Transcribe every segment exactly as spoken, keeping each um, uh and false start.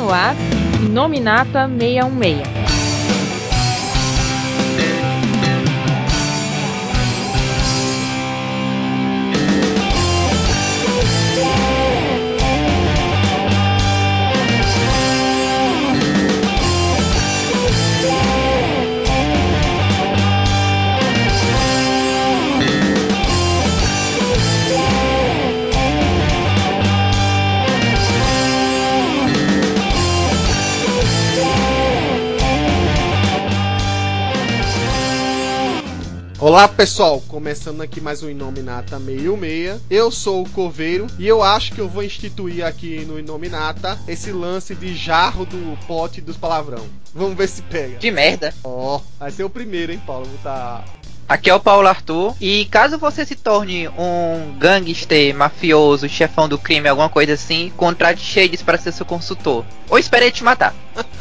no ar, Inominata seiscentos e dezesseis. Olá pessoal, começando aqui mais um Inominata seiscentos e sessenta. Eu sou o Coveiro e eu acho que eu vou instituir aqui no Inominata esse lance de jarro do pote dos palavrão. Vamos ver se pega. Que merda. Ó, oh, vai ser o primeiro, hein, Paulo? Vou tá... Aqui é o Paulo Arthur, e caso você se torne um gangster, mafioso, chefão do crime, alguma coisa assim, contrate Shades para ser seu consultor. Ou espere ele te matar.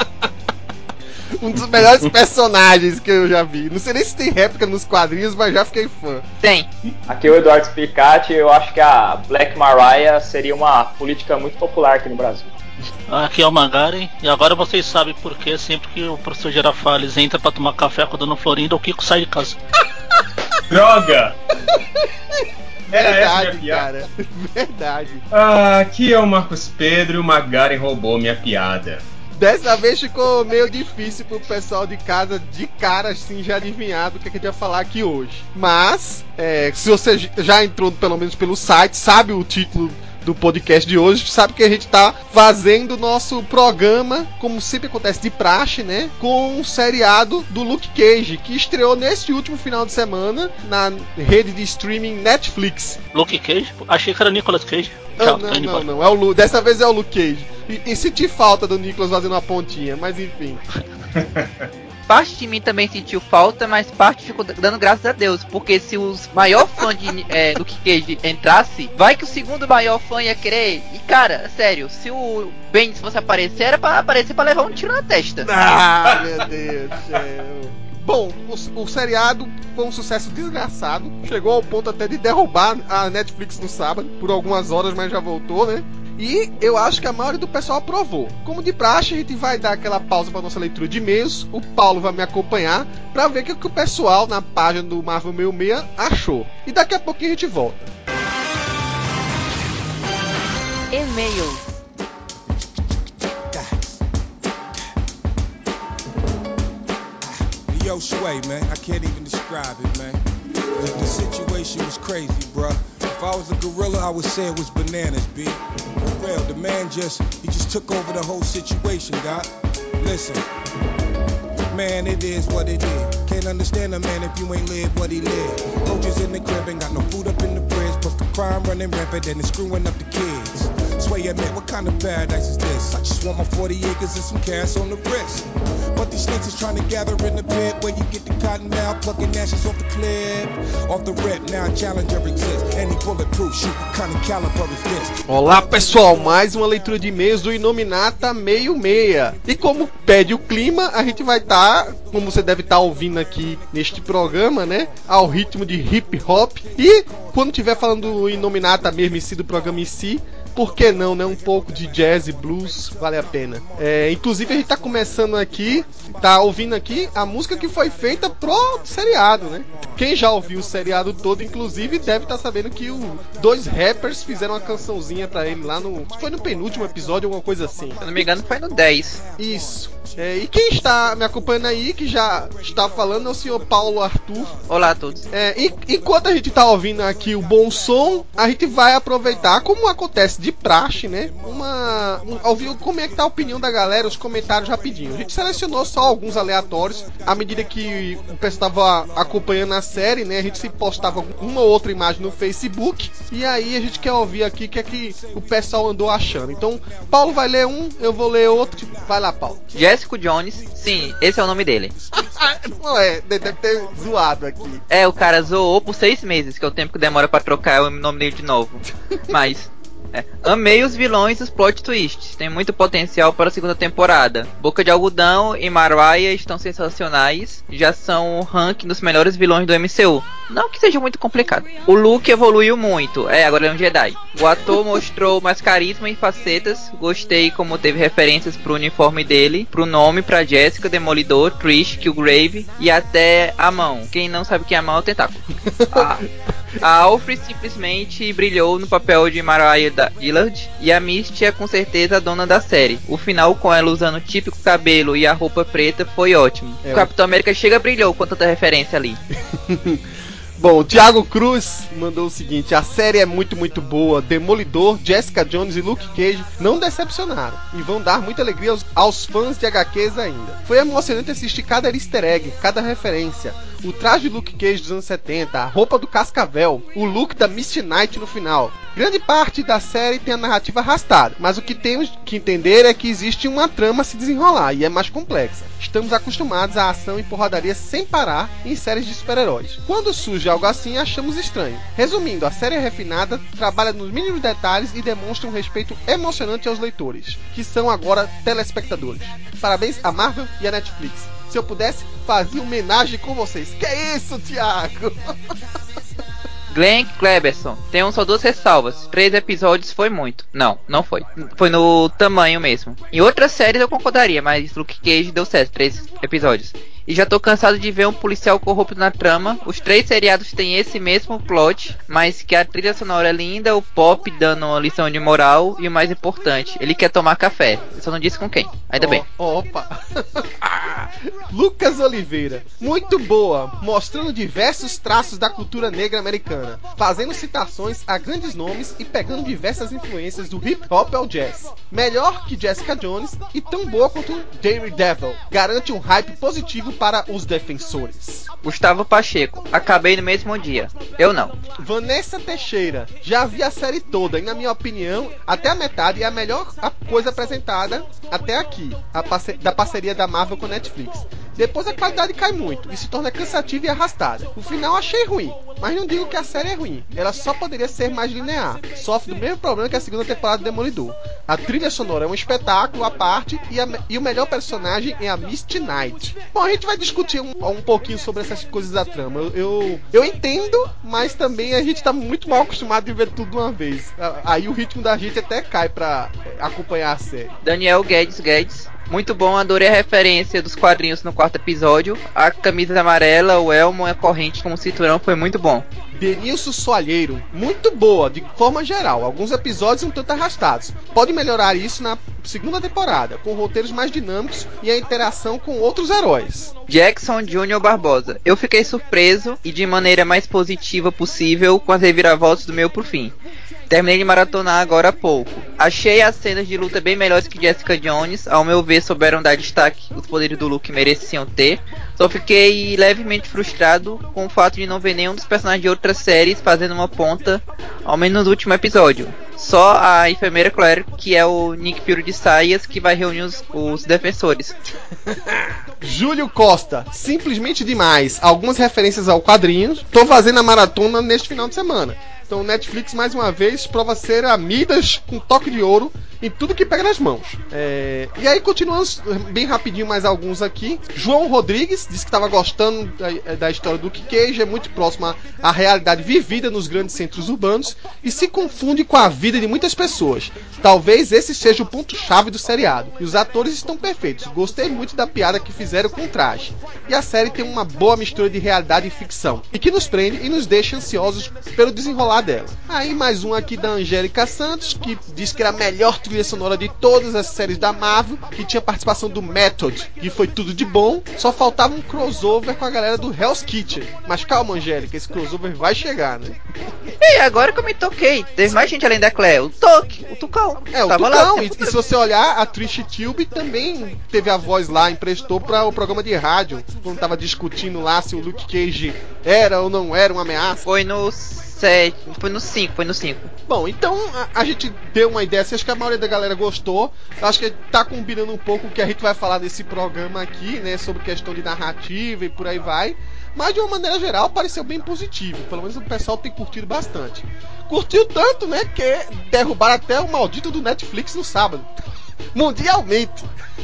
Um dos melhores personagens que eu já vi. Não sei nem se tem réplica nos quadrinhos, mas já fiquei fã. Tem. Aqui é o Eduardo Spicati. Eu acho que a Black Mariah seria uma política muito popular aqui no Brasil. Aqui é o Magaren, e agora vocês sabem por que sempre que o professor Girafales entra pra tomar café com a dona Florinda, o Kiko sai de casa. Droga! Era Verdade, essa minha piada? cara. Verdade. Ah, aqui é o Marcos Pedro e o Magaren roubou minha piada. Dessa vez ficou meio difícil pro pessoal de casa, de cara assim, já adivinhar do que a gente ia falar aqui hoje. Mas, é, se você já entrou pelo menos pelo site, sabe o título do podcast de hoje, sabe que a gente tá fazendo o nosso programa, como sempre acontece de praxe, né? Com um seriado do Luke Cage, que estreou neste último final de semana na rede de streaming Netflix. Luke Cage? Achei que era Nicolas Cage. Não, não, não, não, é o Lu... dessa vez é o Luke Cage. E, e senti falta do Nicolas fazendo uma pontinha, mas enfim. Parte de mim também sentiu falta, mas parte ficou dando graças a Deus, porque se o maior fã de é, Luke Cage entrasse, vai que o segundo maior fã ia querer. E cara, sério, se o Bendis fosse aparecer, era pra aparecer pra levar um tiro na testa. Ah, meu Deus do céu. Bom, o, o seriado foi um sucesso desgraçado. Chegou ao ponto até de derrubar a Netflix no sábado, por algumas horas, mas já voltou, né? E eu acho que a maioria do pessoal aprovou. Como de praxe, a gente vai dar aquela pausa para nossa leitura de e-mails. O Paulo vai me acompanhar para ver o que, que o pessoal na página do Marvel sessenta e seis achou. E daqui a pouquinho a gente volta. E-mails. Yo, Sway, man, I can't even describe it, man. The, the situation was crazy, bruh. If I was a gorilla, I would say it was bananas, B. For real, the man just, he just took over the whole situation, God. Listen, man, it is what it is. Can't understand a man if you ain't live what he lived. Roaches in the crib, ain't got no food up in the fridge. Plus the crime running rampant and it's screwing up the kids. Sway, admit, what kind of paradise is this? I just want my forty acres and some cash on the wrist. But these snakes is trying to gather in the pit where you get the cotton out, plucking ashes off the clip. Off the rip, now a challenger exists. Any bulletproof shoot, what kind of caliber is this? Olá pessoal, mais uma leitura de e-mails do Inominata seiscentos e sessenta. E como pede o clima, a gente vai estar, tá, como você deve estar tá ouvindo aqui neste programa, né? Ao ritmo de hip hop. E quando estiver falando do Inominata mesmo em si, do programa em si, por que não, né? Um pouco de jazz e blues, vale a pena. É, inclusive a gente tá começando aqui, tá ouvindo aqui a música que foi feita pro seriado, né? Quem já ouviu o seriado todo, inclusive, deve estar tá sabendo que o, dois rappers fizeram uma cançãozinha pra ele lá no... Foi no penúltimo episódio, alguma coisa assim. Se eu não me engano, foi no dez. Isso. É, e quem está me acompanhando aí, que já está falando, é o senhor Paulo Arthur. Olá a todos. É, e, enquanto a gente está ouvindo aqui o bom som, a gente vai aproveitar, como acontece de praxe, né? Uma, um, ouvir como é que tá a opinião da galera, os comentários rapidinho. A gente selecionou só alguns aleatórios, à medida que o pessoal estava acompanhando a série, né? A gente se postava uma ou outra imagem no Facebook, e aí a gente quer ouvir aqui o que é que o pessoal andou achando. Então, Paulo vai ler um, eu vou ler outro. Vai lá, Paulo. Jessica Jones, sim, esse é o nome dele. Não é, deve ter zoado aqui. É, o cara zoou por seis meses, que é o tempo que demora pra trocar o nome dele de novo. Mas, É, amei os vilões e os plot twists. Tem muito potencial para a segunda temporada. Boca de Algodão e Mariah estão sensacionais. Já são o ranking dos melhores vilões do M C U. Não que seja muito complicado. O Luke evoluiu muito. É, agora ele é um Jedi. O ator mostrou mais carisma e facetas. Gostei como teve referências pro uniforme dele, pro nome, pra Jessica, Demolidor, Trish, Killgrave e até a mão. Quem não sabe o que é a mão é o tentáculo. A, a Alfred simplesmente brilhou no papel de Mariah Dillard. E a Misty é com certeza a dona da série. O final com ela usando o típico cabelo e a roupa preta foi ótimo. É, o Capitão América chega brilhou com tanta referência ali. Bom, o Thiago Cruz mandou o seguinte: a série é muito, muito boa. Demolidor, Jessica Jones e Luke Cage não decepcionaram e vão dar muita alegria aos, aos fãs de agá quês ainda. Foi emocionante assistir cada easter egg, cada referência. O traje de Luke Cage dos anos setenta, a roupa do Cascavel, o look da Misty Knight no final. Grande parte da série tem a narrativa arrastada, mas o que temos que entender é que existe uma trama a se desenrolar e é mais complexa. Estamos acostumados à ação e porradaria sem parar em séries de super-heróis. Quando surge algo assim, achamos estranho. Resumindo, a série é refinada, trabalha nos mínimos detalhes e demonstra um respeito emocionante aos leitores, que são agora telespectadores. Parabéns à Marvel e à Netflix. Se eu pudesse, fazia homenagem com vocês. Que é isso, Thiago? Glenn Cleberson, tenho só duas ressalvas. Três episódios foi muito. Não, não foi. Foi no tamanho mesmo. Em outras séries eu concordaria, mas Luke Cage deu certo, três episódios. E já tô cansado de ver um policial corrupto na trama. Os três seriados têm esse mesmo plot, mas que a trilha sonora é linda, o pop dando uma lição de moral e o mais importante, ele quer tomar café. Eu só não disse com quem. Ainda oh, bem. Opa! Lucas Oliveira, muito boa, mostrando diversos traços da cultura negra americana, fazendo citações a grandes nomes e pegando diversas influências do hip hop ao jazz. Melhor que Jessica Jones e tão boa quanto Daredevil. Garante um hype positivo para os defensores. Gustavo Pacheco, acabei no mesmo dia. Eu não. Vanessa Teixeira, já vi a série toda e na minha opinião, até a metade é a melhor coisa apresentada até aqui, a parce- da parceria da Marvel com a Netflix. Depois a qualidade cai muito e se torna cansativa e arrastada. O final achei ruim, mas não digo que a série é ruim. Ela só poderia ser mais linear. Sofre do mesmo problema que a segunda temporada do Demolidor. A trilha sonora é um espetáculo à parte e, a, e o melhor personagem é a Misty Knight. Bom, a gente vai discutir um, um pouquinho sobre essas coisas da trama. Eu, eu, eu entendo, mas também a gente tá muito mal acostumado de ver tudo de uma vez. Aí o ritmo da gente até cai pra acompanhar a série. Daniel Guedes Guedes. Muito bom, adorei a referência dos quadrinhos no quarto episódio. A camisa amarela, o elmo e a corrente como cinturão foi muito bom. Denilson Soalheiro, muito boa, de forma geral. Alguns episódios um tanto arrastados. Pode melhorar isso na segunda temporada, com roteiros mais dinâmicos e a interação com outros heróis. Jackson Júnior Barbosa. Eu fiquei surpreso e de maneira mais positiva possível com as reviravoltas do meio pro fim. Terminei de maratonar agora há pouco. Achei as cenas de luta bem melhores que Jessica Jones. Ao meu ver, souberam dar destaque os poderes do Luke mereciam ter. Só fiquei levemente frustrado com o fato de não ver nenhum dos personagens de outras séries fazendo uma ponta, ao menos no último episódio. Só a enfermeira Claire, que é o Nick Fury de saias, que vai reunir os, os defensores. Júlio Costa, simplesmente demais. Algumas referências ao quadrinho. Tô fazendo a maratona neste final de semana. Então Netflix mais uma vez prova ser a Midas com toque de ouro em tudo que pega nas mãos. É... E aí continuamos bem rapidinho mais alguns aqui. João Rodrigues disse que estava gostando da, da história do Luke Cage, é muito próxima à realidade vivida nos grandes centros urbanos e se confunde com a vida de muitas pessoas. Talvez esse seja o ponto-chave do seriado. E os atores estão perfeitos. Gostei muito da piada que fizeram com o traje. E a série tem uma boa mistura de realidade e ficção. E que nos prende e nos deixa ansiosos pelo desenrolar dela. Aí mais um aqui da Angélica Santos, que diz que era a melhor trilha sonora de todas as séries da Marvel, que tinha participação do Method, que foi tudo de bom. Só faltava um crossover com a galera do Hell's Kitchen. Mas calma, Angélica, esse crossover vai chegar, né? E agora que eu me toquei, teve mais gente além da Claire. O Toque, o Tucão. É, o Tava Tucão. lá, E, e se você olhar, a Trish Tilby também teve a voz lá, emprestou para o programa de rádio, quando tava discutindo lá se o Luke Cage era ou não era uma ameaça. Foi no sete, foi no cinco, foi no cinco. Bom, então a, a gente deu uma ideia, assim, acho que a maioria da galera gostou. Acho que tá combinando um pouco o que a gente vai falar nesse programa aqui, né, sobre questão de narrativa e por aí vai. Mas de uma maneira geral pareceu bem positivo. Pelo menos o pessoal tem curtido bastante. Curtiu tanto, né, que derrubaram até o maldito do Netflix no sábado. Mundialmente.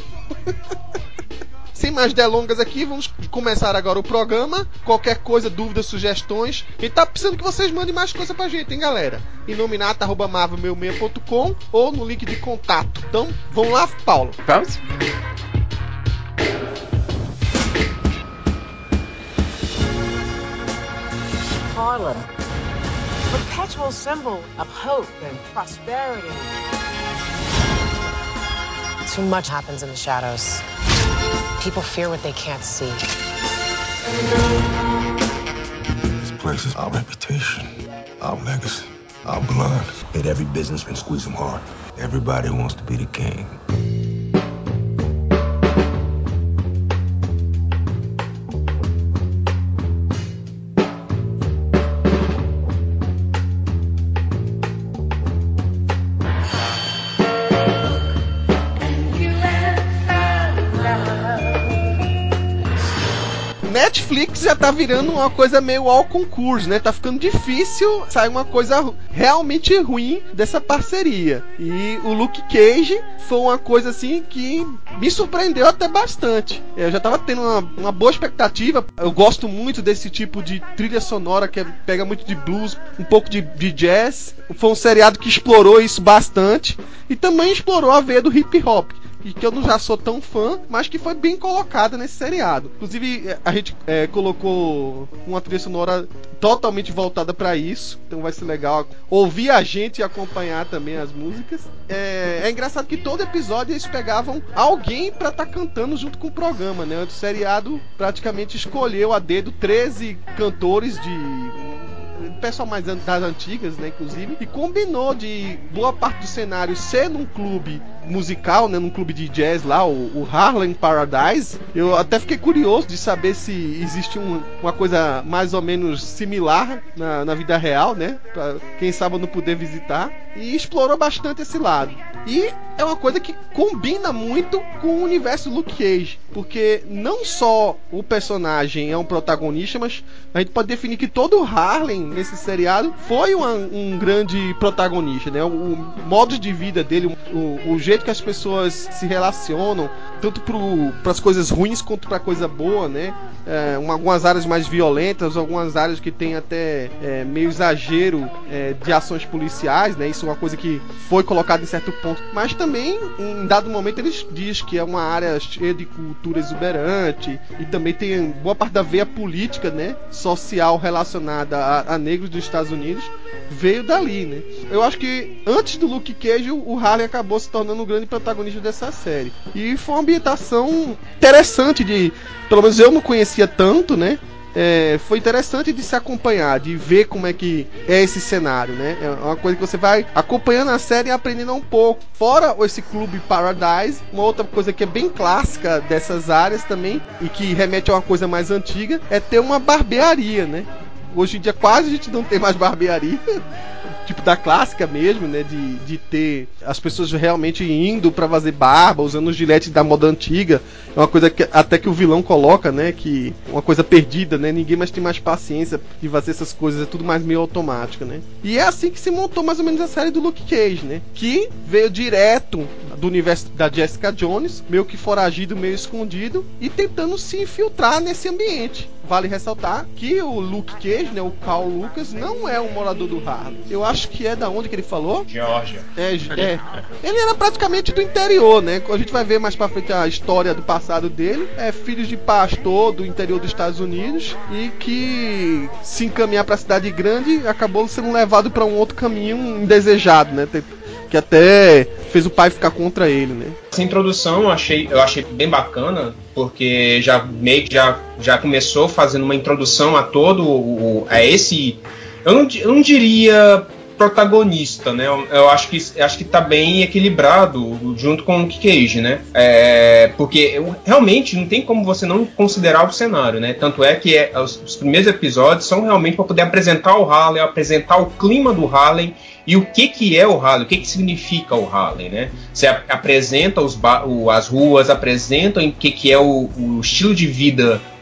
Sem mais delongas aqui, vamos começar agora o programa. Qualquer coisa, dúvidas, sugestões. A gente tá precisando que vocês mandem mais coisa pra gente, hein, galera? inominata arroba marvel sessenta e seis ponto com ou no link de contato. Então, vamos lá, Paulo. Vamos? Harlem, perpetual symbol of hope and prosperity. Too much happens in the shadows. People fear what they can't see. This place is our reputation, our legacy, our blood. Made every businessman squeeze them hard. Everybody wants to be the king. Netflix já tá virando uma coisa meio ao concurso, né? Tá ficando difícil sair uma coisa realmente ruim dessa parceria. E o Luke Cage foi uma coisa assim que me surpreendeu até bastante. Eu já tava tendo uma, uma boa expectativa. Eu gosto muito desse tipo de trilha sonora que pega muito de blues, um pouco de, de jazz. Foi um seriado que explorou isso bastante e também explorou a veia do hip hop, e que eu não já sou tão fã, mas que foi bem colocada nesse seriado. Inclusive, a gente é, colocou uma trilha sonora totalmente voltada para isso, então vai ser legal ouvir a gente e acompanhar também as músicas. É, é engraçado que todo episódio eles pegavam alguém para estar tá cantando junto com o programa, né? O seriado praticamente escolheu a dedo treze cantores de... pessoal mais das antigas, né, inclusive, e combinou de boa parte do cenário ser num clube musical, né, num clube de jazz lá, o, o Harlem Paradise. Eu até fiquei curioso de saber se existe um, uma coisa mais ou menos similar na, na vida real, né, pra quem sabe não poder visitar, e explorou bastante esse lado. E é uma coisa que combina muito com o universo Luke Cage, porque não só o personagem é um protagonista, mas a gente pode definir que todo o Harlem nesse seriado foi uma, um grande protagonista, né? O, o modo de vida dele, o, o jeito que as pessoas se relacionam, tanto para as coisas ruins quanto para a coisa boa, né? É, uma, algumas áreas mais violentas, algumas áreas que tem até é, meio exagero é, de ações policiais, né? Isso é uma coisa que foi colocada em certo ponto, mas também em dado momento eles diz que é uma área cheia de cultura exuberante e também tem boa parte da veia política, né, social relacionada a, a negros dos Estados Unidos veio dali, né? Eu acho que antes do Luke Cage o Harlem acabou se tornando o grande protagonista dessa série, e foi uma ambientação interessante de, pelo menos eu não conhecia tanto, né? É, foi interessante de se acompanhar, de ver como é que é esse cenário, né? É uma coisa que você vai acompanhando a série e aprendendo um pouco. Fora esse clube Paradise, uma outra coisa que é bem clássica dessas áreas também, e que remete a uma coisa mais antiga, é ter uma barbearia, né? Hoje em dia quase a gente não tem mais barbearia, tipo da clássica mesmo, né, de, de ter as pessoas realmente indo pra fazer barba, usando os giletes da moda antiga. É uma coisa que até que o vilão coloca, né, que uma coisa perdida, né, ninguém mais tem mais paciência de fazer essas coisas, é tudo mais meio automático, né. E é assim que se montou mais ou menos a série do Luke Cage, né, que veio direto do universo da Jessica Jones, meio que foragido, meio escondido, e tentando se infiltrar nesse ambiente. Vale ressaltar que o Luke Cage, né, o Carl Lucas, não é um morador do Harlem. Eu acho que é da onde que ele falou? Geórgia. É, é. Ele era praticamente do interior, né? A gente vai ver mais pra frente a história do passado dele. É filho de pastor do interior dos Estados Unidos e que se encaminhar pra cidade grande acabou sendo levado pra um outro caminho indesejado, né? Que até fez o pai ficar contra ele, né? Essa introdução eu achei, eu achei bem bacana, porque já meio que já, já começou fazendo uma introdução a todo o, a esse, eu não, eu não diria protagonista, né? Eu, eu acho que eu acho que tá bem equilibrado junto com o Luke Cage, né? É, porque eu, realmente não tem como você não considerar o cenário, né? Tanto é que é, os, os primeiros episódios são realmente para poder apresentar o Harlem, apresentar o clima do Harlem. E o que, que é o Harlem? O que, que significa o Harlem, né? Você apresenta os ba- o, as ruas, apresenta o que, que é o, o estilo de vida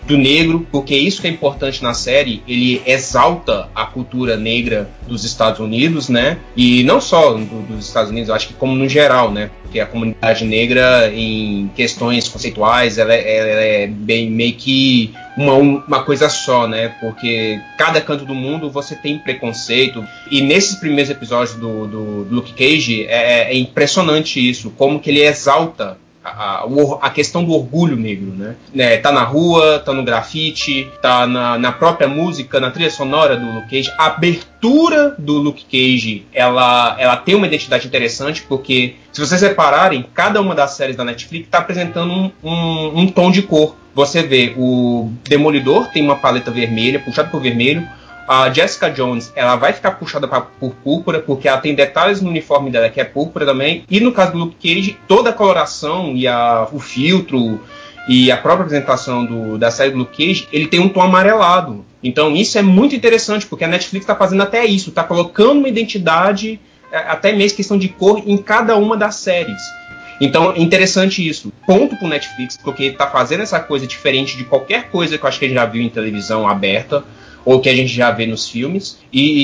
do negro, porque isso que é importante na série, ele exalta a cultura negra dos Estados Unidos, né? E não só do, dos Estados Unidos, eu acho que como no geral, né? Porque a comunidade negra em questões conceituais, ela, ela é bem meio que uma, uma coisa só, né? Porque cada canto do mundo você tem preconceito. E nesses primeiros episódios do, do, do Luke Cage, é, é impressionante isso, como que ele exalta A, a, a questão do orgulho negro, né? É, tá na rua, tá no grafite, tá na, na própria música, na trilha sonora do Luke Cage. A abertura do Luke Cage, ela, ela tem uma identidade interessante, porque, se vocês repararem, cada uma das séries da Netflix tá apresentando um, um, um tom de cor. Você vê, o Demolidor tem uma paleta vermelha, puxado por vermelho. A Jessica Jones, ela vai ficar puxada pra, por púrpura, porque ela tem detalhes no uniforme dela que é púrpura também. E no caso do Luke Cage, toda a coloração e a, o filtro e a própria apresentação do, da série do Luke Cage, ele tem um tom amarelado. Então isso é muito interessante, porque a Netflix está fazendo até isso, está colocando uma identidade, até mesmo questão de cor, em cada uma das séries. Então é interessante isso. Ponto pro Netflix, porque está fazendo essa coisa diferente de qualquer coisa que eu acho que a gente já viu em televisão aberta, ou que a gente já vê nos filmes,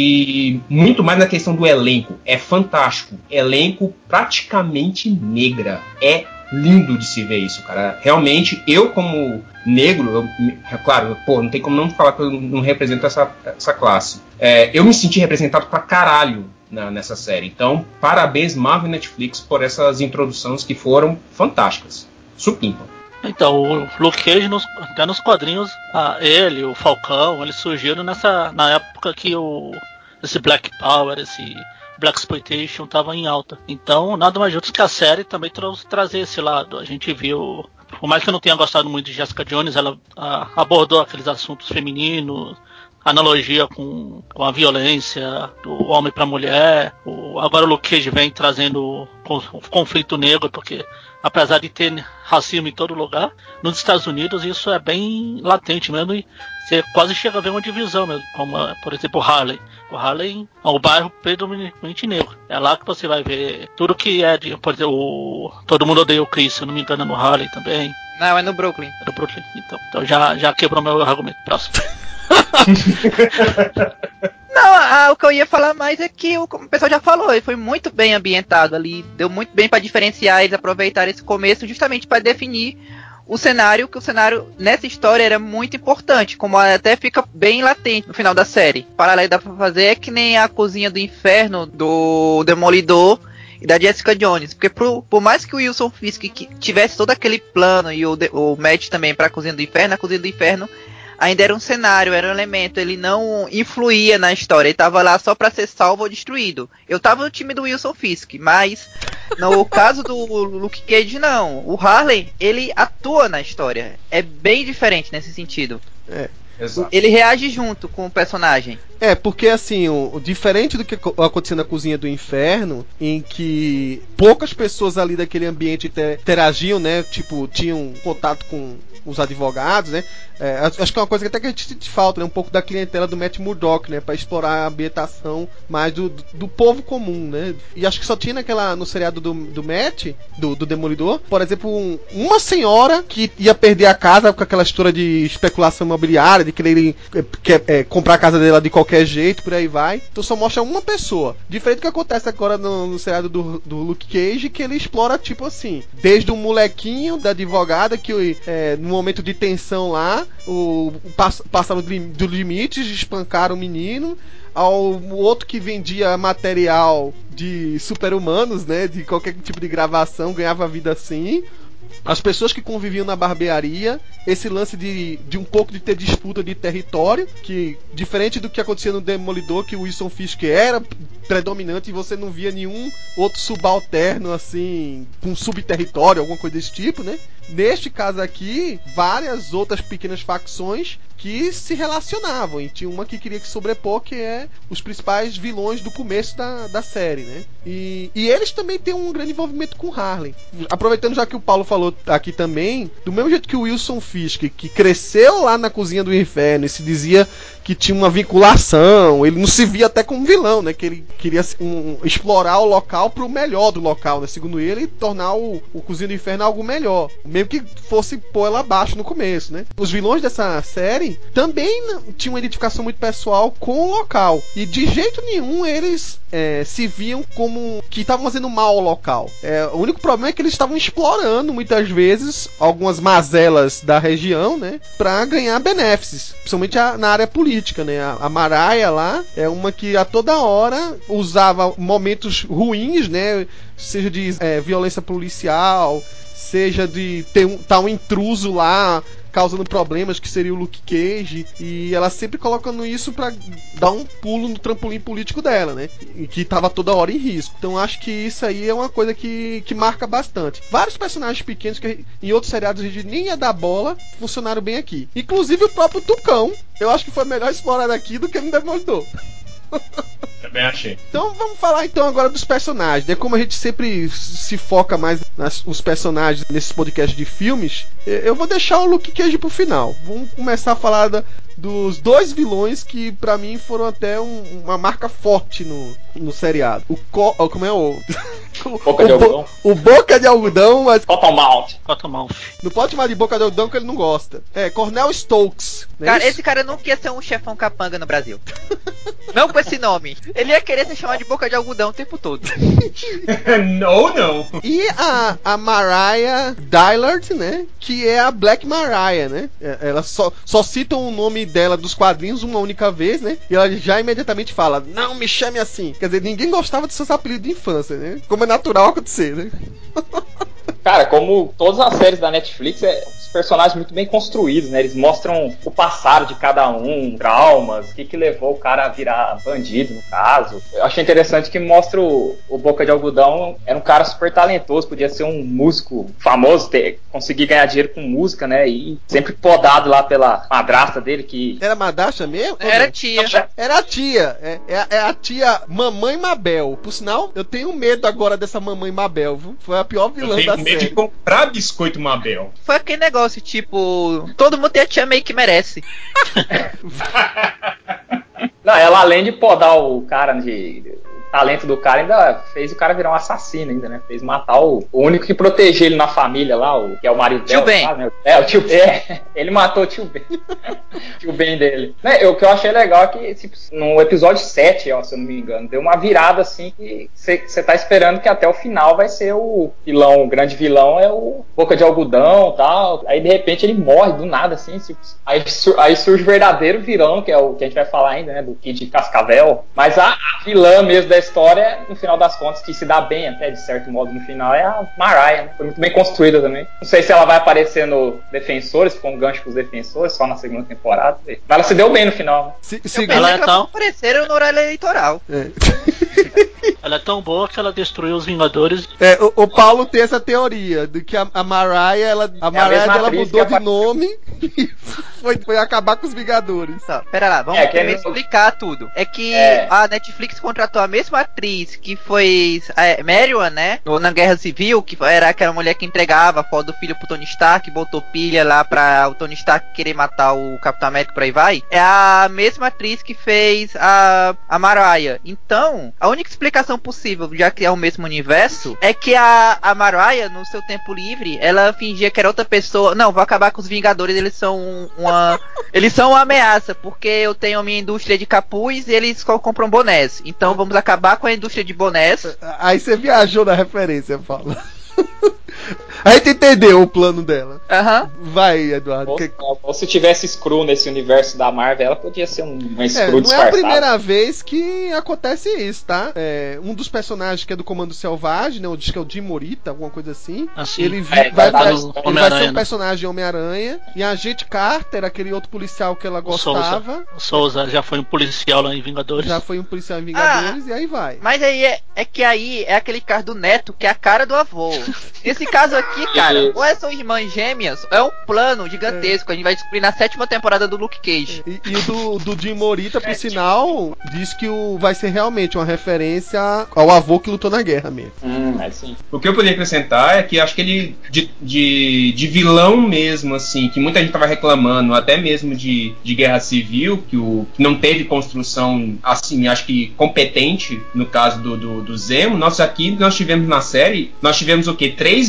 e, e muito mais na questão do elenco. É fantástico. Elenco praticamente negra. É lindo de se ver isso, cara. Realmente, eu como negro, eu, é claro, pô, não tem como não falar que eu não represento essa, essa classe. É, eu me senti representado pra caralho na, nessa série. Então, parabéns Marvel e Netflix por essas introduções que foram fantásticas. Supimpa. Então, o Luke Cage, nos, até nos quadrinhos, ah, ele, o Falcão, eles surgiram nessa, na época que o, esse Black Power, esse Black Exploitation estava em alta. Então, nada mais justo que a série também trouxe trazer esse lado. A gente viu, por mais que eu não tenha gostado muito de Jessica Jones, ela ah, abordou aqueles assuntos femininos, analogia com, com a violência do homem para a mulher. O, agora o Luke Cage vem trazendo o, o conflito negro, porque apesar de ter racismo em todo lugar, nos Estados Unidos isso é bem latente mesmo, e você quase chega a ver uma divisão mesmo, como por exemplo o Harlem. O Harlem é um bairro predominantemente negro. É lá que você vai ver tudo que é de, por exemplo, o Todo Mundo Odeia o Chris, se eu não me engano, é no Harlem também. Não, é no Brooklyn. É no Brooklyn, então. Então já, já quebrou meu argumento. Próximo. Não, ah, o que eu ia falar mais é que o, o pessoal já falou, ele foi muito bem ambientado ali, deu muito bem para diferenciar, eles aproveitaram esse começo justamente para definir o cenário, que o cenário nessa história era muito importante, como até fica bem latente no final da série. O paralelo que dá pra fazer é que nem a Cozinha do Inferno do Demolidor e da Jessica Jones, porque por, por mais que o Wilson Fisk que tivesse todo aquele plano e o, o Matt também para a Cozinha do Inferno, a Cozinha do Inferno ainda era um cenário, era um elemento, ele não influía na história, ele tava lá só pra ser salvo ou destruído. Eu tava no time do Wilson Fisk, mas no caso do Luke Cage não, o Harley, ele atua na história, é bem diferente nesse sentido. É. Exato. Ele reage junto com o personagem. É, porque assim, o, o diferente do que aconteceu na Cozinha do Inferno, em que poucas pessoas ali daquele ambiente interagiam, né? Tipo, tinham contato com os advogados, né? É, acho que é uma coisa que até que a gente sente falta, né? Um pouco da clientela do Matt Murdock, né? Pra explorar a ambientação mais do, do, do povo comum, né? E acho que só tinha naquela, no seriado do, do Matt, do, do Demolidor, por exemplo, um, uma senhora que ia perder a casa com aquela história de especulação imobiliária, de querer é, é, comprar a casa dela de qualquer jeito, por aí vai. Então só mostra uma pessoa. Diferente do que acontece agora no, no seriado do, do Luke Cage, que ele explora, tipo assim, desde o molequinho da advogada que é, no momento de tensão lá, o, pass, passaram do limite, espancaram o menino, ao outro que vendia material de super-humanos, né, de qualquer tipo de gravação, ganhava vida assim. As pessoas que conviviam na barbearia, esse lance de, de um pouco de ter disputa de território, que diferente do que acontecia no Demolidor, que o Wilson Fisk era predominante e você não via nenhum outro subalterno assim, com subterritório, alguma coisa desse tipo, né? Neste caso aqui, várias outras pequenas facções que se relacionavam, e tinha uma que queria que sobrepor, que é os principais vilões do começo da, da série, né? E, e eles também têm um grande envolvimento com Harlem. Aproveitando já que o Paulo falou aqui também, do mesmo jeito que o Wilson Fisk, que cresceu lá na Cozinha do Inferno e se dizia que tinha uma vinculação, ele não se via até como vilão, né? Que ele queria um, explorar o local pro melhor do local, né? Segundo ele, tornar o, o Cozinha do Inferno algo melhor. mesmo que fosse pôr ela abaixo no começo, né? Os vilões dessa série também tinham uma identificação muito pessoal com o local. E de jeito nenhum eles é, se viam como que estavam fazendo mal ao local. É, o único problema é que eles estavam explorando muitas vezes algumas mazelas da região, né? Pra ganhar benefícios. Principalmente a, na área política, né? A, a Mariah lá é uma que a toda hora usava momentos ruins, né? Seja de é, violência policial, seja de ter um, tá um intruso lá causando problemas, que seria o Luke Cage, e ela sempre colocando isso pra dar um pulo no trampolim político dela, né? E que tava toda hora em risco. Então acho que isso aí é uma coisa que, que marca bastante. Vários personagens pequenos que em outros seriados a gente nem ia dar bola, funcionaram bem aqui. Inclusive o próprio Tucão, eu acho que foi melhor explorado aqui do que no Demolidor. Também achei. Então vamos falar então agora dos personagens, né? Como a gente sempre se foca mais nos personagens nesses podcasts de filmes, eu vou deixar o Luke Cage pro final. Vamos começar a falar da, dos dois vilões que pra mim foram até um, uma marca forte no, no seriado. O Co, como é o Boca o, de algodão. O Boca de Algodão, mas Cottonmouth. Cottonmouth. não pode chamar de Boca de Algodão que ele não gosta. É, Cornel Stokes. Cara, esse cara não quer ser um chefão capanga no Brasil. Não com esse nome. Ele ia querer se chamar de Boca de Algodão o tempo todo. Ou não. E a, a Mariah Dillard, né? Que é a Black Mariah, né? Ela só, só citam o nome dela dos quadrinhos uma única vez, né? E ela já imediatamente fala, não me chame assim. Quer dizer, ninguém gostava de seus apelidos de infância, né? Como é natural acontecer, né? Cara, como todas as séries da Netflix, é, os personagens muito bem construídos, né? Eles mostram o passado de cada um, traumas, o que que levou o cara a virar bandido, no caso. Eu achei interessante que mostra o, o Boca de Algodão, era um cara super talentoso, podia ser um músico famoso, ter, conseguir ganhar dinheiro com música, né? E sempre podado lá pela madrasta dele, que... Era madrasta mesmo? Era tia. Era a tia. É, é, é a tia Mamãe Mabel. Por sinal, eu tenho medo agora dessa Mamãe Mabel, viu? Foi a pior vilã da série. De comprar biscoito Mabel. Foi aquele negócio, tipo, todo mundo tem a tia May que merece. Não, ela além de podar o cara de... O talento do cara ainda fez o cara virar um assassino ainda, né? Fez matar o, o único que protegia ele na família lá, o, que é o marido tio dela. Ben. Sabe, né? É, o tio Ben. É, ele matou o tio Ben. Tio Ben dele. Né, o que eu achei legal é que, tipo, no episódio sete, ó, se eu não me engano, deu uma virada assim que você tá esperando que até o final vai ser o vilão, o grande vilão é o Boca de Algodão e tal. Aí de repente ele morre do nada, assim. Tipo, aí, sur- aí surge o verdadeiro vilão, que é o que a gente vai falar ainda, né? Do Kid Cascavel. Mas a, a vilã mesmo da história, no final das contas, que se dá bem até de certo modo no final, é a Mariah, né? Foi muito bem construída também. Não sei se ela vai aparecer no Defensores, ficou um gancho pros Defensores, só na segunda temporada. Mas ela se deu bem no final, né? Se, Eu se, pensei ela é que tão- ela apareceram no horário eleitoral. é. Ela é tão boa que ela destruiu os Vingadores. É, o, o Paulo tem essa teoria de que a, a Mariah, ela, a Mariah mesma dela atriz mudou que de apareceu. nome e foi, foi acabar com os Vingadores. Tá, pera lá, vamos É, que primeiro não- explicar tudo. É que É. a Netflix contratou a mesma atriz que foi a Marion, né? no- Na Guerra Civil, que era aquela mulher que entregava a foto do filho pro Tony Stark, botou pilha lá pra o Tony Stark querer matar o Capitão América, por aí vai. É a mesma atriz que fez a, a Mariah. Então, a única explicação possível, já que é o mesmo universo, é que a, a Mariah, no seu tempo livre, ela fingia que era outra pessoa. Não, vou acabar com os Vingadores, eles são uma... Eles são uma ameaça, porque eu tenho a minha indústria de capuz e eles só compram bonés. Então vamos acabar com a indústria de bonés. Aí você viajou na referência, Paulo. A gente entendeu o plano dela. Aham. Vai, Eduardo. Ou, que- ou se tivesse Screw nesse universo da Marvel, ela podia ser um, uma É, Screw não é a disfarçada. primeira vez que acontece isso, tá? É, um dos personagens que é do Comando Selvagem, né? Eu diz que é o Jim Morita, alguma coisa assim. Assim. Ele, vi- É, vai, vai vai, no ele vai ser Homem-Aranha, um né? personagem Homem-Aranha. E a Agente Carter, aquele outro policial que ela O Souza. gostava, O Souza já foi um policial lá em Vingadores. já foi um policial em Vingadores, e aí vai. Mas aí é, é que aí é aquele caso do neto que é a cara do avô. Esse caso aqui, cara, Isso. ou é são irmãs gêmeas, ou é um plano gigantesco. A gente vai descobrir na sétima temporada do Luke Cage. E, e o do, do Jim Morita, por sinal, diz que o, vai ser realmente uma referência ao avô que lutou na guerra mesmo. Hum, é sim. O que eu poderia acrescentar é que acho que ele, de, de, de vilão mesmo, assim, que muita gente tava reclamando, até mesmo de, de Guerra Civil, que, o, que não teve construção, assim, acho que competente, no caso do, do, do Zemo. Nós aqui, nós tivemos na série, nós tivemos o quê? Três vilões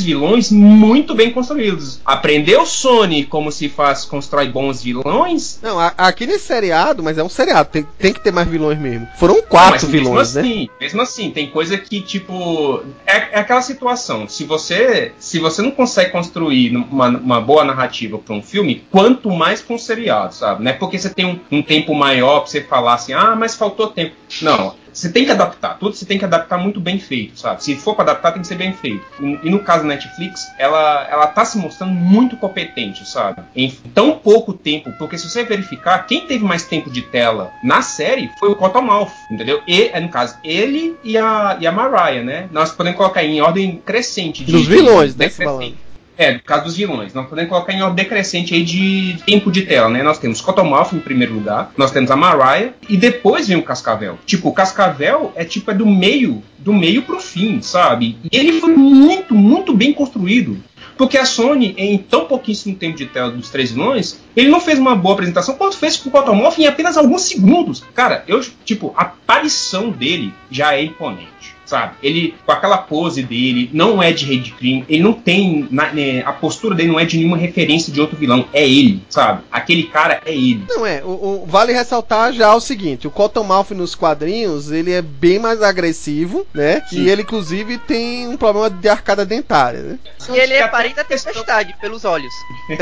vilões muito bem construídos. Aprendeu Sony como se faz, constrói bons vilões? Não, a, aqui nesse seriado, mas é um seriado, tem, tem que ter mais vilões mesmo. Foram quatro Não, vilões, mesmo né? Assim, mesmo assim, tem coisa que, tipo, é, é aquela situação. Se você, se você não consegue construir uma, uma boa narrativa para um filme, quanto mais para um seriado, sabe? Não é porque você tem um, um tempo maior para você falar assim, ah, mas faltou tempo. Não. Você tem que adaptar, tudo você tem que adaptar muito bem feito, sabe? Se for para adaptar, tem que ser bem feito. E, e no caso da Netflix, ela, ela tá se mostrando muito competente, sabe? Em tão pouco tempo, porque se você verificar, quem teve mais tempo de tela na série foi o Cottonmouth, entendeu? E, no caso, ele e a, e a Mariah, né? Nós podemos colocar em ordem crescente. De, Dos vilões, de, né? Decrescente. É, no caso dos vilões. Nós podemos colocar em ordem decrescente aí de tempo de tela, né? Nós temos Cottonmouth em primeiro lugar, nós temos a Mariah, e depois vem o Cascavel. Tipo, o Cascavel é tipo é do meio, do meio pro fim, sabe? E ele foi muito, muito bem construído. Porque a Sony, em tão pouquíssimo tempo de tela dos três vilões, ele não fez uma boa apresentação, quanto fez com o Cottonmouth em apenas alguns segundos. Cara, eu, tipo, a aparição dele já é imponente. Sabe? Ele, com aquela pose dele, não é de rei de crime, ele não tem, na, né, a postura dele não é de nenhuma referência de outro vilão, é ele, sabe? Aquele cara é ele. Não é, o, o, vale ressaltar já o seguinte, o Cottonmouth nos quadrinhos, ele é bem mais agressivo, né? Sim. E ele, inclusive, tem um problema de arcada dentária, né? E ele é parente da tempestade, pelos olhos.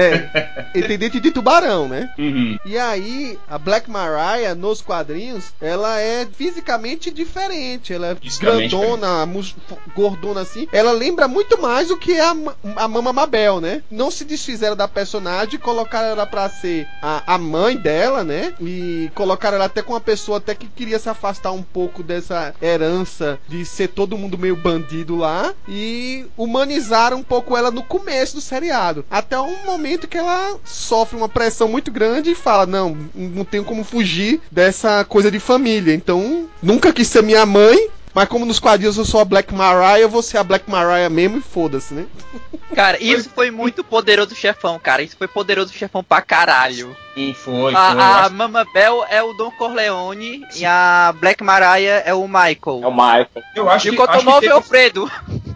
É, ele tem dente de tubarão, né? Uhum. E aí, a Black Mariah, nos quadrinhos, ela é fisicamente diferente, ela é grandona, Mus, gordona assim, ela lembra muito mais do que a, a Mama Mabel, né? Não se desfizeram da personagem, colocaram ela pra ser a, a mãe dela, né? E colocaram ela até com uma pessoa até que queria se afastar um pouco dessa herança de ser todo mundo meio bandido lá e humanizaram um pouco ela no começo do seriado. Até um momento que ela sofre uma pressão muito grande e fala, não, não tenho como fugir dessa coisa de família, então nunca quis ser minha mãe. Mas como nos quadrinhos eu sou a Black Mariah, eu vou ser a Black Mariah mesmo e foda-se, né? Cara, isso foi muito Poderoso Chefão, cara. Isso foi Poderoso Chefão pra caralho. Sim, foi, foi. A, a Mama Bell é o Don Corleone. Sim. E a Black Mariah é o Michael. É o Michael. Eu acho e que, o Cottonmouth é o Fredo.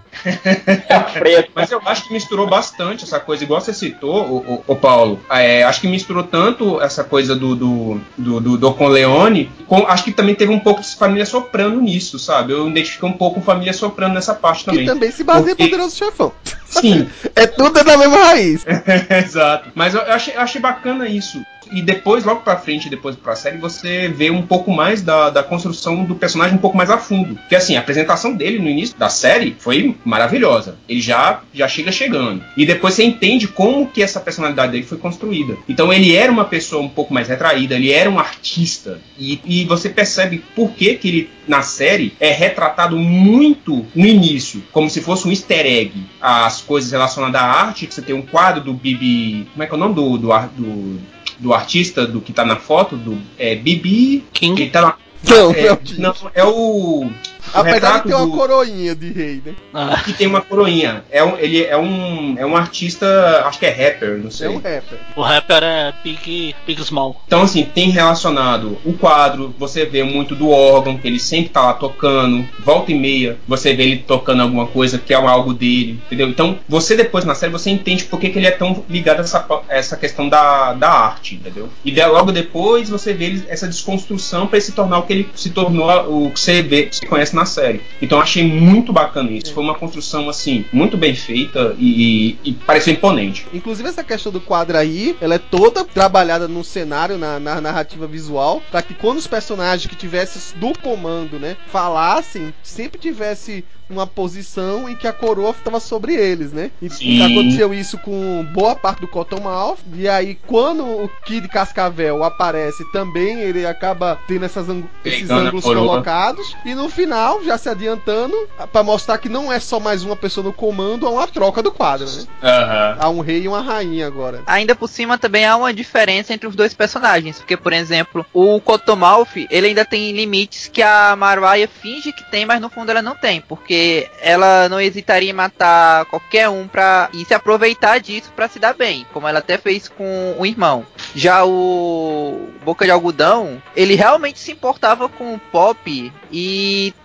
Mas eu acho que misturou bastante essa coisa, igual você citou, o, o, o Paulo. É, acho que misturou tanto essa coisa do do, do, do, do Corleone, com, acho que também teve um pouco de Família Soprano nisso, sabe? Eu identifiquei um pouco Família Soprano nessa parte também. Que também se baseia Porque... em Poderoso Chefão. Sim. É tudo da mesma raiz. Exato. Mas eu, eu, achei, eu achei bacana isso. E depois, logo pra frente, depois pra série, você vê um pouco mais da, da construção do personagem um pouco mais a fundo. Porque assim, a apresentação dele no início da série foi maravilhosa. Ele já, já chega chegando. E depois você entende como que essa personalidade dele foi construída. Então ele era uma pessoa um pouco mais retraída, ele era um artista. E, e você percebe por que que ele, na série, é retratado muito no início, como se fosse um easter egg. As coisas relacionadas à arte, que você tem um quadro do Bibi... Como é que é o nome do... do, do do artista do que tá na foto, do é, Bibi King. Ele tá na, não, é, não, não, é o... O apesar de ter uma do... coroinha de rei, né? Ah. Que tem uma coroinha. É um, ele é um, é um artista, acho que é rapper, não sei. É um rapper. O rapper é Big, Big Small. Então, assim, tem relacionado o quadro, você vê muito do órgão, que ele sempre tá lá tocando. Volta e meia, você vê ele tocando alguma coisa que é algo dele, entendeu? Então, você depois na série, você entende por que, que ele é tão ligado a essa, a essa questão da, da arte, entendeu? E de, logo depois, você vê ele, essa desconstrução para ele se tornar o que ele se tornou, o que você vê, que você conhece na série. Então eu achei muito bacana isso. É. Foi uma construção assim, muito bem feita e, e, e pareceu imponente. Inclusive essa questão do quadro aí, ela é toda trabalhada no cenário, na, na narrativa visual, para que quando os personagens que tivessem do comando, né, falassem, sempre tivesse uma posição em que a coroa estava sobre eles, né? E Sim. aconteceu isso com boa parte do Cottonmouth, e aí quando o Kid Cascavel aparece também, ele acaba tendo essas ang- esses ângulos colocados, e no final, já se adiantando, para mostrar que não é só mais uma pessoa no comando, há uma troca do quadro, né? Uhum. Há um rei e uma rainha agora. Ainda por cima também há uma diferença entre os dois personagens, porque, por exemplo, o Cottonmouth, ele ainda tem limites que a Mariah finge que tem, mas no fundo ela não tem, porque ela não hesitaria em matar qualquer um pra, e se aproveitar disso pra se dar bem, como ela até fez com o irmão. Já o Boca de Algodão, ele realmente se importava com o Pop e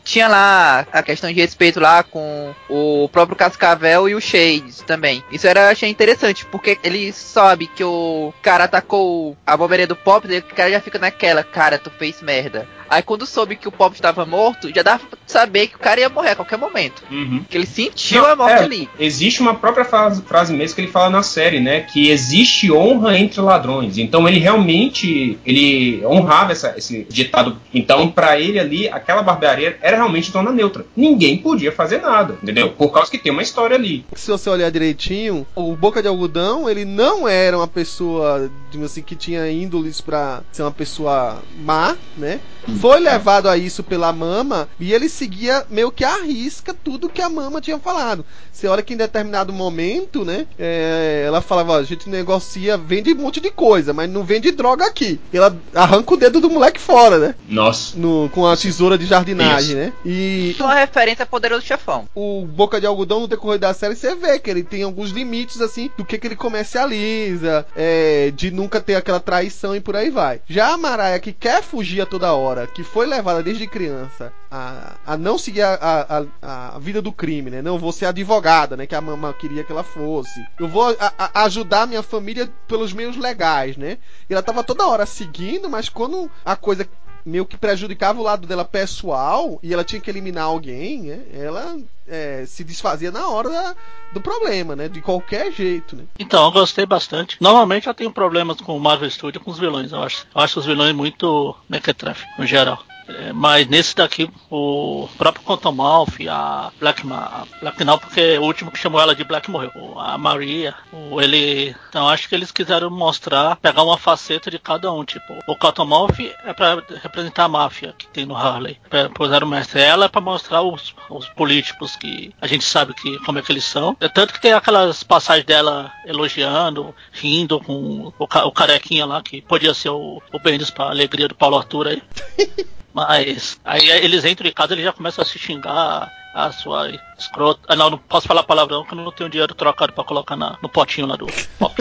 tinha lá a questão de respeito lá com o próprio Cascavel e o Shades também. Isso era, achei interessante, porque ele sabe que o cara atacou a boberia do Pop, e o cara já fica naquela, cara, tu fez merda. Aí quando soube que o Pop estava morto, já dava pra saber que o cara ia morrer a qualquer momento. Uhum. Que ele sentiu Não, a morte é, ali. Existe uma própria frase, frase mesmo que ele fala na série, né? Que existe honra entre ladrões. Então ele realmente ele honrava essa, esse ditado. Então pra ele ali, aquela barbearia era realmente zona neutra. Ninguém podia fazer nada, entendeu? Por causa que tem uma história ali. Se você olhar direitinho, o Boca de Algodão, ele não era uma pessoa, digamos assim, que tinha índoles pra ser uma pessoa má, né? Foi levado a isso pela Mama e ele seguia meio que à risca tudo que a Mama tinha falado. Você olha que em determinado momento, né, é, ela falava, ó, a gente negocia, vende um monte de coisa, mas não vende droga aqui. E ela arranca o dedo do moleque fora, né? Nossa. No, com a tesoura de jardinagem, Isso. né? E Isso é uma referência a Poderoso Chefão. o Boca de Algodão, no decorrer da série, você vê que ele tem alguns limites, assim, do que, que ele comercializa, é, de nunca ter aquela traição e por aí vai. Já a Mariah, que quer fugir a toda hora, que foi levada desde criança a, a não seguir a, a, a vida do crime, né? Não vou ser advogada, né? Que a mamãe queria que ela fosse. Eu vou a, a ajudar minha família pelos meios legais, né? E ela tava toda hora seguindo, mas quando a coisa meio que prejudicava o lado dela pessoal e ela tinha que eliminar alguém, né? Ela é, se desfazia na hora da, do problema, né? De qualquer jeito, né? Então, eu gostei bastante. Normalmente eu tenho problemas com o Marvel Studios, com os vilões, eu acho. Eu acho os vilões muito mequetrefe, no geral. É, mas nesse daqui, o próprio Cottonmouth, a Black, Ma, Black não, porque o último que chamou ela de Black morreu. A Maria, o, ele. Então acho que eles quiseram mostrar, pegar uma faceta de cada um. Tipo, o Cottonmouth é pra representar a máfia que tem no Harley. Puseram o mestre. Ela é pra mostrar os, os políticos que a gente sabe que, como é que eles são. É tanto que tem aquelas passagens dela elogiando, rindo com o, o carequinha lá, que podia ser o, o Bendis pra alegria do Paulo Arthur aí. Mas aí eles entram em casa e eles já começam a se xingar, a sua escrota. Ah, não, não posso falar palavrão porque eu não tenho dinheiro trocado pra colocar na, no potinho lá do pop.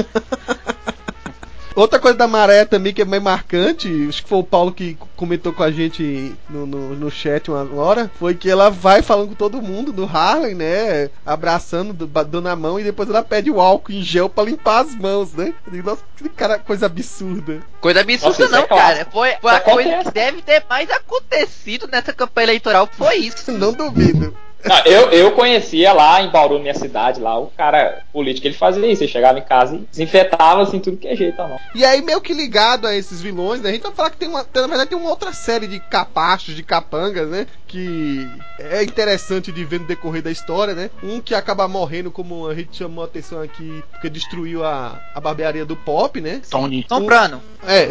Outra coisa da Maré também que é bem marcante, acho que foi o Paulo que comentou com a gente no, no, no chat uma hora, foi que ela vai falando com todo mundo do Harley, né? Abraçando, dando a mão e depois ela pede o álcool em gel pra limpar as mãos, né? Eu digo, nossa, que cara, coisa absurda. Coisa absurda. Nossa, não, é cara. Foi, foi a acontece. coisa que deve ter mais acontecido nessa campanha eleitoral. Foi isso. Não duvido. Não, eu, eu conhecia lá em Bauru, minha cidade, lá, o cara político, ele fazia isso, ele chegava em casa e desinfetava assim tudo que é jeito, não. E aí, meio que ligado a esses vilões, né, a gente vai falar que tem uma, na verdade tem uma outra série de capachos, de capangas, né, que é interessante de ver no decorrer da história, né, um que acaba morrendo, como a gente chamou a atenção aqui, porque destruiu a, a barbearia do Pop, né. Tony. Soprano. É,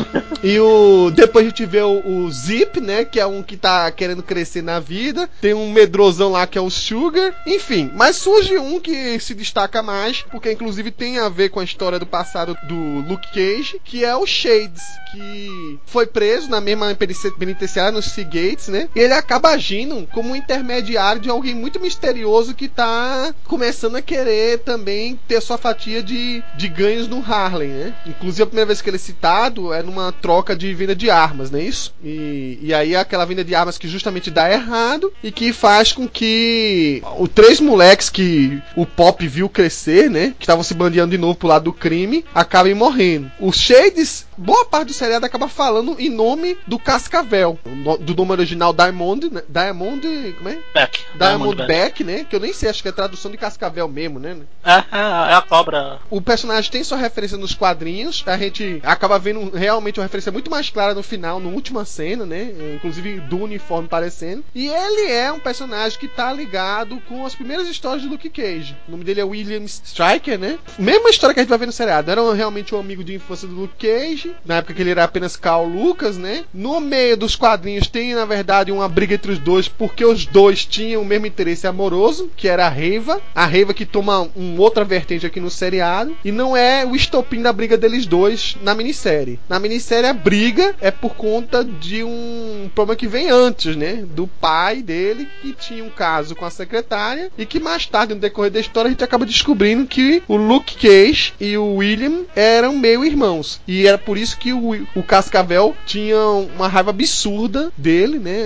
e o depois a gente vê o, o Zip, né, que é um que tá querendo crescer na vida, tem um medrosão lá que é o Sugar, enfim, mas surge um que se destaca mais, porque inclusive tem a ver com a história do passado do Luke Cage, que é o Shades, que foi preso na mesma penitenciária no Seagates, né, e ele acaba agindo como um intermediário de alguém muito misterioso que tá começando a querer também ter sua fatia de, de ganhos no Harlem, né, inclusive a primeira vez que ele é citado é numa troca de venda de armas, não é isso? E, e aí é aquela venda de armas que justamente dá errado e que faz com que os três moleques que o Pop viu crescer, né, que estavam se bandeando de novo pro lado do crime, acabem morrendo. Os Shades, boa parte do seriado acaba falando em nome do Cascavel, do nome original Diamond, né? Diamond, como é? Beck. Diamond Beck, né, que eu nem sei, acho que é a tradução de Cascavel mesmo, né? É, é, é a cobra. O personagem tem sua referência nos quadrinhos, a gente acaba vendo realmente uma referência muito mais clara no final, na última cena, né, inclusive do uniforme parecendo, e ele é um personagem que tá ligado com as primeiras histórias de Luke Cage. O nome dele é William Stryker, né? Mesma história que a gente vai ver no seriado. Era realmente um amigo de infância do Luke Cage, na época que ele era apenas Carl Lucas, né? No meio dos quadrinhos tem, na verdade, uma briga entre os dois, porque os dois tinham o mesmo interesse amoroso, que era a Reiva. A Reiva que toma uma outra vertente aqui no seriado, e não é o estopim da briga deles dois na minissérie. Na minissérie a briga é por conta de um problema que vem antes, né? Do pai dele, que tinha um caso com a secretária e que mais tarde, no decorrer da história, a gente acaba descobrindo que o Luke Cage e o William eram meio irmãos. E era por isso que o, o Cascavel tinha uma raiva absurda dele, né? Um ciúme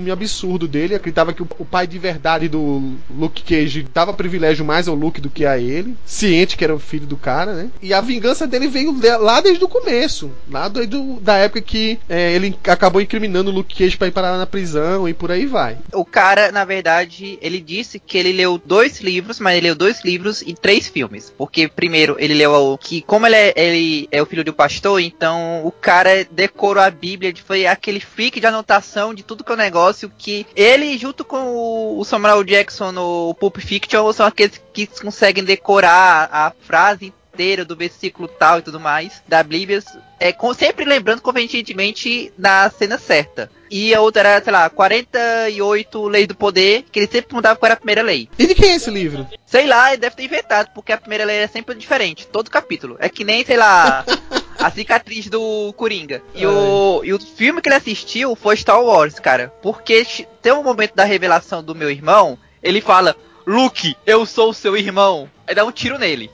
ciúme absurdo dele, acreditava que o, o pai de verdade do Luke Cage dava privilégio mais ao Luke do que a ele, ciente que era o filho do cara, né? E a vingança dele veio de, lá desde o começo, lá do, do, da época que é, ele acabou incriminando o Luke Cage pra ir parar na prisão e por aí vai. O cara, na verdade, ele disse que ele leu dois livros, mas ele leu dois livros e três filmes. Porque, primeiro, ele leu o que, como ele é, ele é o filho do pastor, então o cara decorou a Bíblia, foi aquele freak de anotação de tudo que é o negócio, que ele, junto com o, o Samuel Jackson no Pulp Fiction, são aqueles que conseguem decorar a frase inteira do versículo tal e tudo mais da Bíblia, é, com, sempre lembrando convenientemente na cena certa. E a outra era, sei lá, quarenta e oito Leis do Poder, que ele sempre mudava qual era a primeira lei. E de quem é esse livro? Sei lá, ele deve ter inventado, porque a primeira lei é sempre diferente, todo capítulo. É que nem, sei lá, a cicatriz do Coringa. E o, e o filme que ele assistiu foi Star Wars, cara. Porque tem um momento da revelação do meu irmão, ele fala: Luke, eu sou o seu irmão. Aí dá um tiro nele.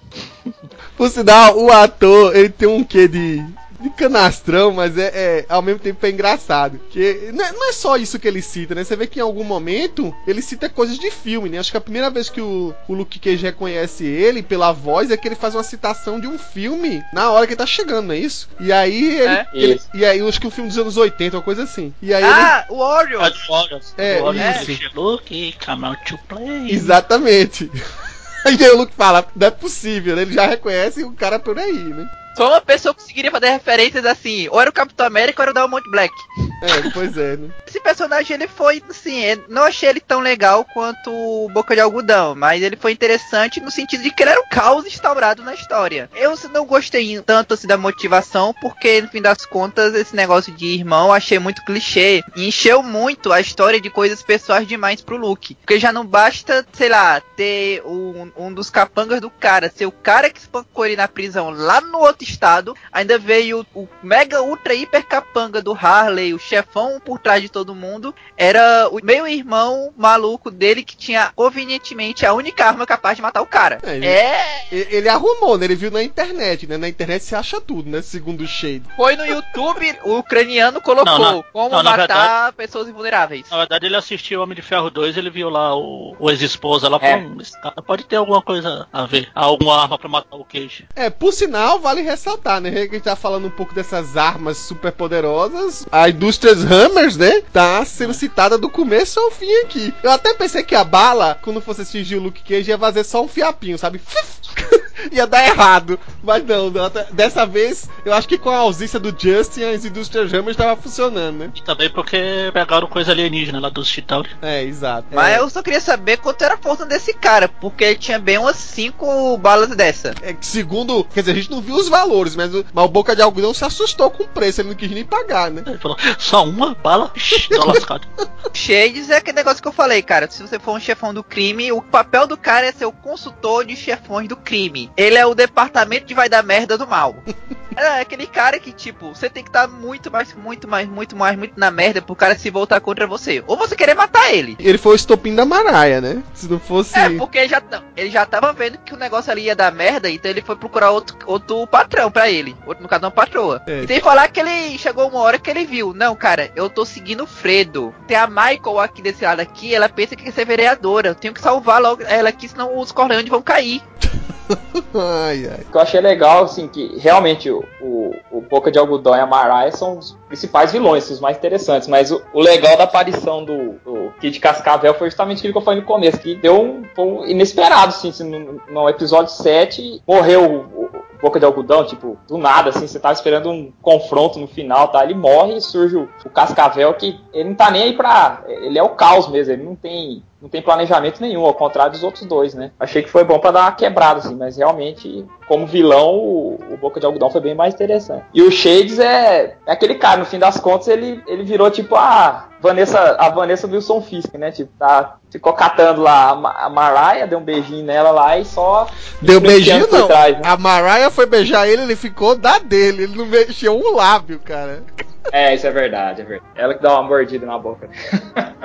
Por sinal, o ator, ele tem um quê de, de canastrão, mas é, é ao mesmo tempo é engraçado. Que não é, não é só isso que ele cita, né? Você vê que em algum momento ele cita coisas de filme, né? Acho que a primeira vez que o, o Luke Cage reconhece ele pela voz é que ele faz uma citação de um filme na hora que ele tá chegando, não é isso? E aí ele, É? ele e aí eu acho que um filme dos anos oitenta, uma coisa assim. E aí Ah, o Warriors! Ah, do Warriors. É, Do Warriors, isso. ele chegou, Luke, come out to play. ele... Exatamente. Aí o Luke fala, não é possível, né? Ele já reconhece o cara por aí, né? Só uma pessoa conseguiria fazer referências assim, ou era o Capitão América ou era o Diamond Black. É, pois é, né? Esse personagem, ele foi, assim, eu não achei ele tão legal quanto o Boca de Algodão, mas ele foi interessante no sentido de que ele era um caos instaurado na história. Eu não gostei tanto, assim, da motivação, porque, no fim das contas, esse negócio de irmão eu achei muito clichê, e encheu muito a história de coisas pessoais demais pro Luke. Porque já não basta, sei lá, ter um, um dos capangas do cara, ser o cara que espancou ele na prisão lá no outro estado, ainda veio o mega ultra hiper capanga do Harley, o chefão por trás de todo mundo, era o meio irmão maluco dele que tinha convenientemente a única arma capaz de matar o cara. É, ele, é... ele arrumou, né? Ele viu na internet, né? Na internet você acha tudo, né? Segundo o Shade. Foi no YouTube, o ucraniano colocou Não, não, como não, na matar verdade- pessoas invulneráveis. Na verdade, ele assistiu Homem de Ferro dois, ele viu lá o, o ex-esposa lá, É. falou, esse cara pode ter alguma coisa a ver, alguma arma pra matar o Cage. É, por sinal, vale ressaltar, né? A gente tá falando um pouco dessas armas super poderosas. A indústria Hammers, né? Tá sendo citada do começo ao fim aqui. Eu até pensei que a bala, quando fosse atingir o Luke Cage, ia fazer só um fiapinho, sabe? Ia dar errado. Mas não, dessa vez, eu acho que com a ausência do Justin, as indústrias Hammers estavam funcionando, né? E também porque pegaram coisa alienígena lá dos Chitauri. É, exato. Mas é, eu só queria saber quanto era a força desse cara, porque ele tinha bem umas cinco balas dessa. é que segundo, quer dizer, a gente não viu os valores, mas, o- mas o Boca de Algodão se assustou com o preço, ele não quis nem pagar, né? Ele falou, só uma bala? Ixi, tô lascado. Shades é aquele negócio que eu falei, cara. Se você for um chefão do crime, o papel do cara é ser o consultor de chefões do crime. Ele é o departamento de vai dar merda do mal. É aquele cara que, tipo, você tem que estar muito mais, muito mais, muito mais, muito na merda pro cara se voltar contra você. Ou você querer matar ele. Ele foi o estopim da Mariah, né? Se não fosse... É, porque ele já, t- ele já tava vendo que o negócio ali ia dar merda, então ele foi procurar outro, outro patrão pra ele. Outro, no caso, uma patroa. É. E sem falar que ele chegou uma hora que ele viu, não, cara, eu tô seguindo o Fredo. Tem a Michael aqui desse lado aqui, ela pensa que quer ser vereadora. Eu tenho que salvar logo ela aqui, senão os Corleone vão cair. Ai, ai. O que eu achei legal, assim, que realmente o, o, o Boca de Algodão e a Mariah são os principais vilões, os mais interessantes, mas o, o legal da aparição do, do Kid Cascavel foi justamente aquilo que eu falei no começo, que deu um, foi um inesperado, assim, assim, no, no episódio sete, morreu o, o Boca de Algodão, tipo, do nada, assim, você tava esperando um confronto no final, tá? Ele morre e surge o, o Cascavel, que ele não tá nem aí pra... ele é o caos mesmo, ele não tem... não tem planejamento nenhum, ao contrário dos outros dois, né? Achei que foi bom pra dar uma quebrada, assim, mas realmente, como vilão, o, o Boca de Algodão foi bem mais interessante. E o Shades é, é aquele cara, no fim das contas, ele, ele virou tipo a Vanessa, a Vanessa Wilson Fisk, né? Tipo, tá, ficou catando lá a, Ma- a Mariah, deu um beijinho nela lá e só... Deu beijinho por não. trás, né? A Mariah foi beijar ele, ele ficou da dele. Ele não mexeu um lábio, cara. É, isso é verdade, é verdade. Ela que dá uma mordida na boca.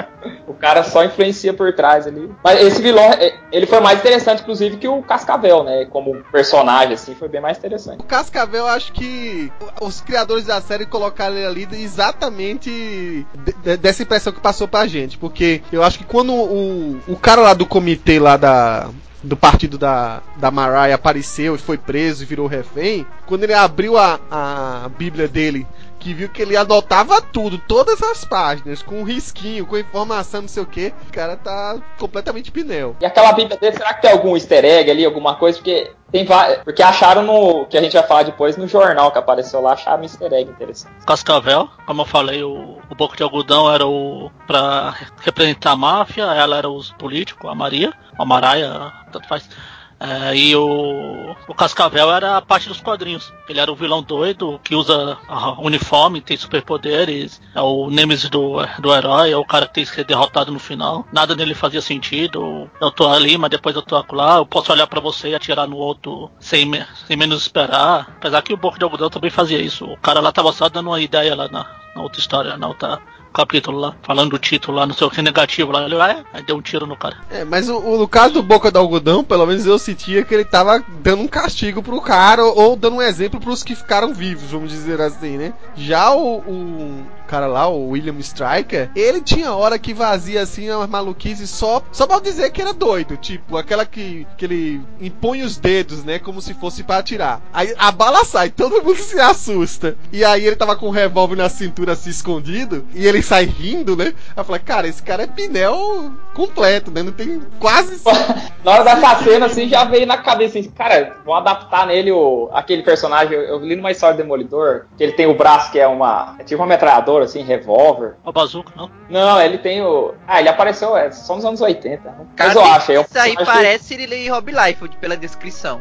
O cara só influencia por trás ali. Mas esse vilão, ele foi mais interessante, inclusive, que o Cascavel, né? Como personagem, assim, foi bem mais interessante. O Cascavel, eu acho que os criadores da série colocaram ele ali exatamente de, de, dessa impressão que passou pra gente. Porque eu acho que quando o, o cara lá do comitê lá da... do partido da, da Mariah apareceu e foi preso e virou refém, quando ele abriu a, a Bíblia dele, que viu que ele anotava tudo, todas as páginas, com um risquinho, com informação, não sei o que, o cara tá completamente pneu. E aquela Bíblia dele, será que tem algum easter egg ali, alguma coisa? Porque tem vários, porque acharam no, que a gente vai falar depois, no jornal que apareceu lá, acharam um easter egg interessante. Cascavel, como eu falei, o, o Boca de Algodão era o pra representar a máfia, ela era os políticos, a Maria, a Mariah, tanto faz. É, e o, o Cascavel era a parte dos quadrinhos. Ele era o vilão doido que usa a uniforme, tem superpoderes, é o Nemesis do, do herói, é o cara que tem que ser derrotado no final. Nada nele fazia sentido. Eu tô ali, mas depois eu tô acolá. Eu posso olhar pra você e atirar no outro sem, sem menos esperar. Apesar que o Boca de Algodão também fazia isso. O cara lá tava só dando uma ideia lá na, na outra história, na outra capítulo lá, falando do título lá, não sei o que negativo lá, ele ah, aí deu um tiro no cara. É, mas o, o, no caso do Boca do Algodão, pelo menos eu sentia que ele tava dando um castigo pro cara, ou, ou dando um exemplo pros que ficaram vivos, vamos dizer assim, né? Já o, o cara lá, o William Stryker, ele tinha hora que vazia assim umas maluquices só, só pra dizer que era doido, tipo, aquela que, que ele impõe os dedos, né, como se fosse pra atirar. Aí a bala sai, todo mundo se assusta. E aí ele tava com o revólver na cintura assim escondido, e ele sai rindo, né? Eu falei, cara, esse cara é pneu completo, né? Não tem quase... Na hora dessa cena, assim, já veio na cabeça, assim, cara, vão adaptar nele o, aquele personagem, eu, eu li numa história do Demolidor, que ele tem o braço que é uma, é tipo uma metralhadora, assim, revólver. O Bazooka, não? Não, ele tem o... Ah, ele apareceu é, só nos anos oitenta. Cara, mas eu acho. É um isso aí personagem... parece ele Rob Liefeld, pela descrição.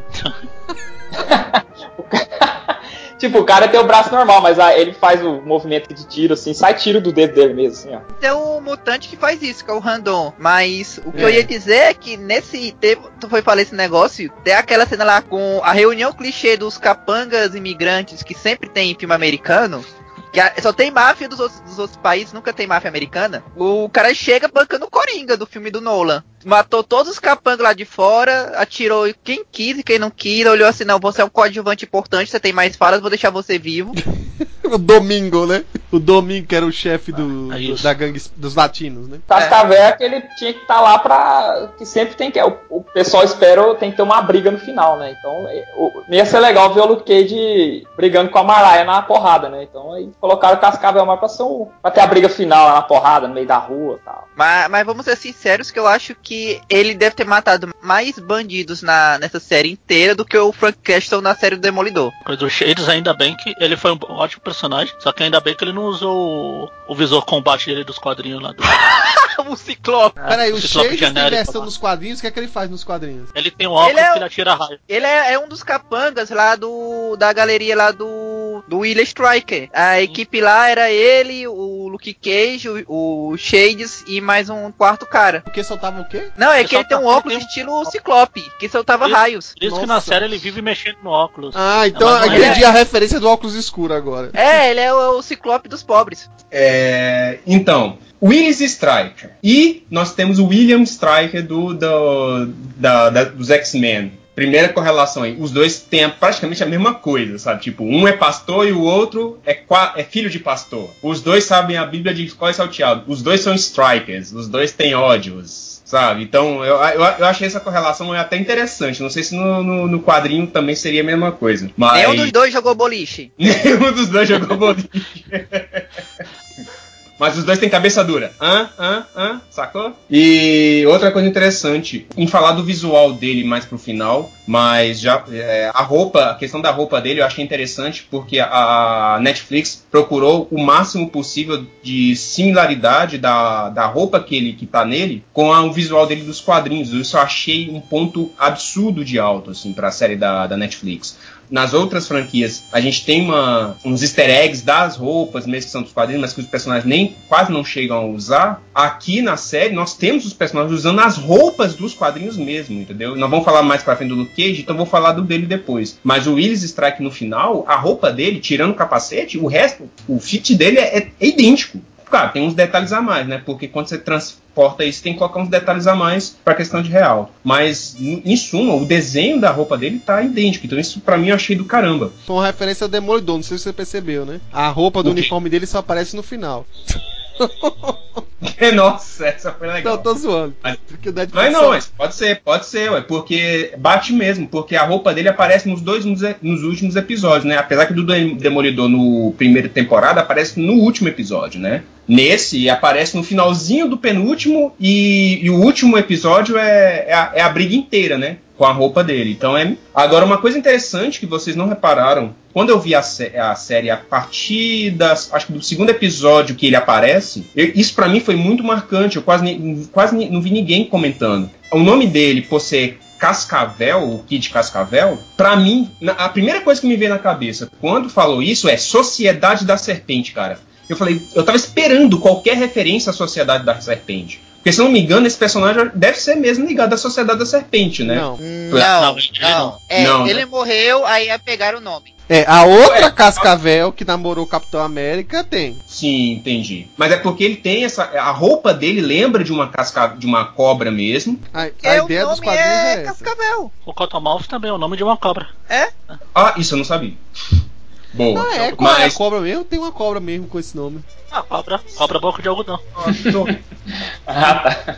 Tipo, o cara tem o braço normal, mas ah, ele faz o movimento de tiro, assim, sai tiro do dedo dele mesmo, assim, ó. Tem um mutante que faz isso, que é o Random. Mas o que É. eu ia dizer é que nesse... Teve, tu foi falar esse negócio, tem aquela cena lá com a reunião clichê dos capangas imigrantes que sempre tem em filme americano. Que a- só tem máfia dos outros, dos outros países, nunca tem máfia americana. O cara chega bancando o Coringa do filme do Nolan. Matou todos os capangas lá de fora, atirou quem quis e quem não quis, olhou assim, não, você é um coadjuvante importante, você tem mais falas, vou deixar você vivo. O Domingo, né? O Domingo que era o chefe do, É do- isso. da gangue dos latinos, né? Cascavel, ele tinha que estar lá pra... Que sempre tem que... O, o pessoal espera, tem que ter uma briga no final, né? Então, é, o, ia ser legal ver o Luke Cage brigando com a Mariah na porrada, né? Então, aí colocaram o Cascavel mais pra, ser um, pra ter a briga final lá na porrada, no meio da rua e tal. Mas, mas vamos ser sinceros que eu acho que ele deve ter matado mais bandidos na, nessa série inteira do que o Frank Castle na série do Demolidor. Coisa do Shades, ainda bem que ele foi um ótimo personagem, só que ainda bem que ele não usou o, o visor combate dele dos quadrinhos lá do... O Ciclope. Peraí, o Ciclope Shades tem genérico versão lá. nos quadrinhos, o que é que ele faz nos quadrinhos? Ele tem um óculos Ele é que o- ele atira raio. Ele é, é um dos capangas lá do da galeria lá do do William Stryker. A equipe lá era ele, o Luke Cage, o, o Shades e mais um quarto cara. Porque soltava o quê? Não, é Ele que ele solta- tem um ele óculos tem um- estilo Ciclope, que soltava Isso. raios. Por isso que na Nossa. série ele vive mexendo no óculos. Ah, então É, mas eu não é. entendi a referência do óculos escuro agora. É, ele é o, o Ciclope dos pobres. É, então, Willis Stryker. E nós temos o William Stryker do, do, da, da- dos X-Men. Primeira correlação aí, os dois têm praticamente a mesma coisa, sabe? Tipo, um é pastor e o outro é, qua- é filho de pastor. Os dois sabem a Bíblia de cor e salteado. Os dois são strikers, os dois têm ódios, sabe? Então, eu, eu, eu achei essa correlação até interessante. Não sei se no, no, no quadrinho também seria a mesma coisa. Mas... Nenhum dos dois jogou boliche. Nenhum dos dois jogou boliche. Mas os dois têm cabeça dura. Hã? Hã? Hã? Sacou? E outra coisa interessante, em falar do visual dele mais pro final, mas já é, a roupa, a questão da roupa dele eu achei interessante porque a Netflix procurou o máximo possível de similaridade da, da roupa que ele que tá nele com a, o visual dele dos quadrinhos. Isso eu achei um ponto absurdo de alto assim pra série da, da Netflix. Nas outras franquias, a gente tem uma, uns easter eggs das roupas, mesmo que são dos quadrinhos, mas que os personagens nem quase não chegam a usar. Aqui na série, nós temos os personagens usando as roupas dos quadrinhos mesmo, entendeu? Nós vamos falar mais pra frente do Luke Cage, então eu vou falar do dele depois. Mas o Willis Strike no final, a roupa dele, tirando o capacete, o resto, o fit dele é, é idêntico. claro, tem uns detalhes a mais, né? Porque quando você transporta isso, tem que colocar uns detalhes a mais pra questão de real. Mas, em suma, o desenho da roupa dele tá idêntico. Então isso pra mim eu achei do caramba. Foi uma referência ao Demolidor, não sei se você percebeu, né? A roupa do uniforme dele só aparece no final. Nossa, essa foi legal. Não, tô zoando. Mas, Deadpool mas não, só... mas pode ser, pode ser, ué, porque bate mesmo, porque a roupa dele aparece nos dois nos, nos últimos episódios, né? Apesar que do Demolidor no primeira temporada aparece no último episódio, né? Nesse aparece no finalzinho do penúltimo e, e o último episódio é, é, a, é a briga inteira, né? Com a roupa dele. Então é. Agora, uma coisa interessante que vocês não repararam, quando eu vi a, sé- a série a partir das, acho que do segundo episódio que ele aparece, eu, isso pra mim foi muito marcante. Eu quase, ni- quase ni- não vi ninguém comentando. O nome dele, por ser Cascavel, o Kid Cascavel, pra mim, na, a primeira coisa que me veio na cabeça quando falou isso é Sociedade da Serpente, cara. Eu falei, eu tava esperando qualquer referência à Sociedade da Serpente. Porque, se não me engano, esse personagem deve ser mesmo ligado à Sociedade da Serpente, né? Não. Não, não. não. É, Não, ele né? morreu, aí ia pegar o nome. É, a outra Ué, Cascavel que namorou o Capitão América tem. Sim, entendi. Mas é porque ele tem essa... A roupa dele lembra de uma, casca, de uma cobra mesmo. A, a Porque o ideia dos nome quadrinhos é, é essa. Cascavel. O Cottonmouth também é o nome de uma cobra. É? Ah, isso eu não sabia. Boa. Ah, é, qual é a Mas... cobra mesmo? Tem uma cobra mesmo com esse nome. Ah, cobra. Cobra boca de algodão. Ah, tá.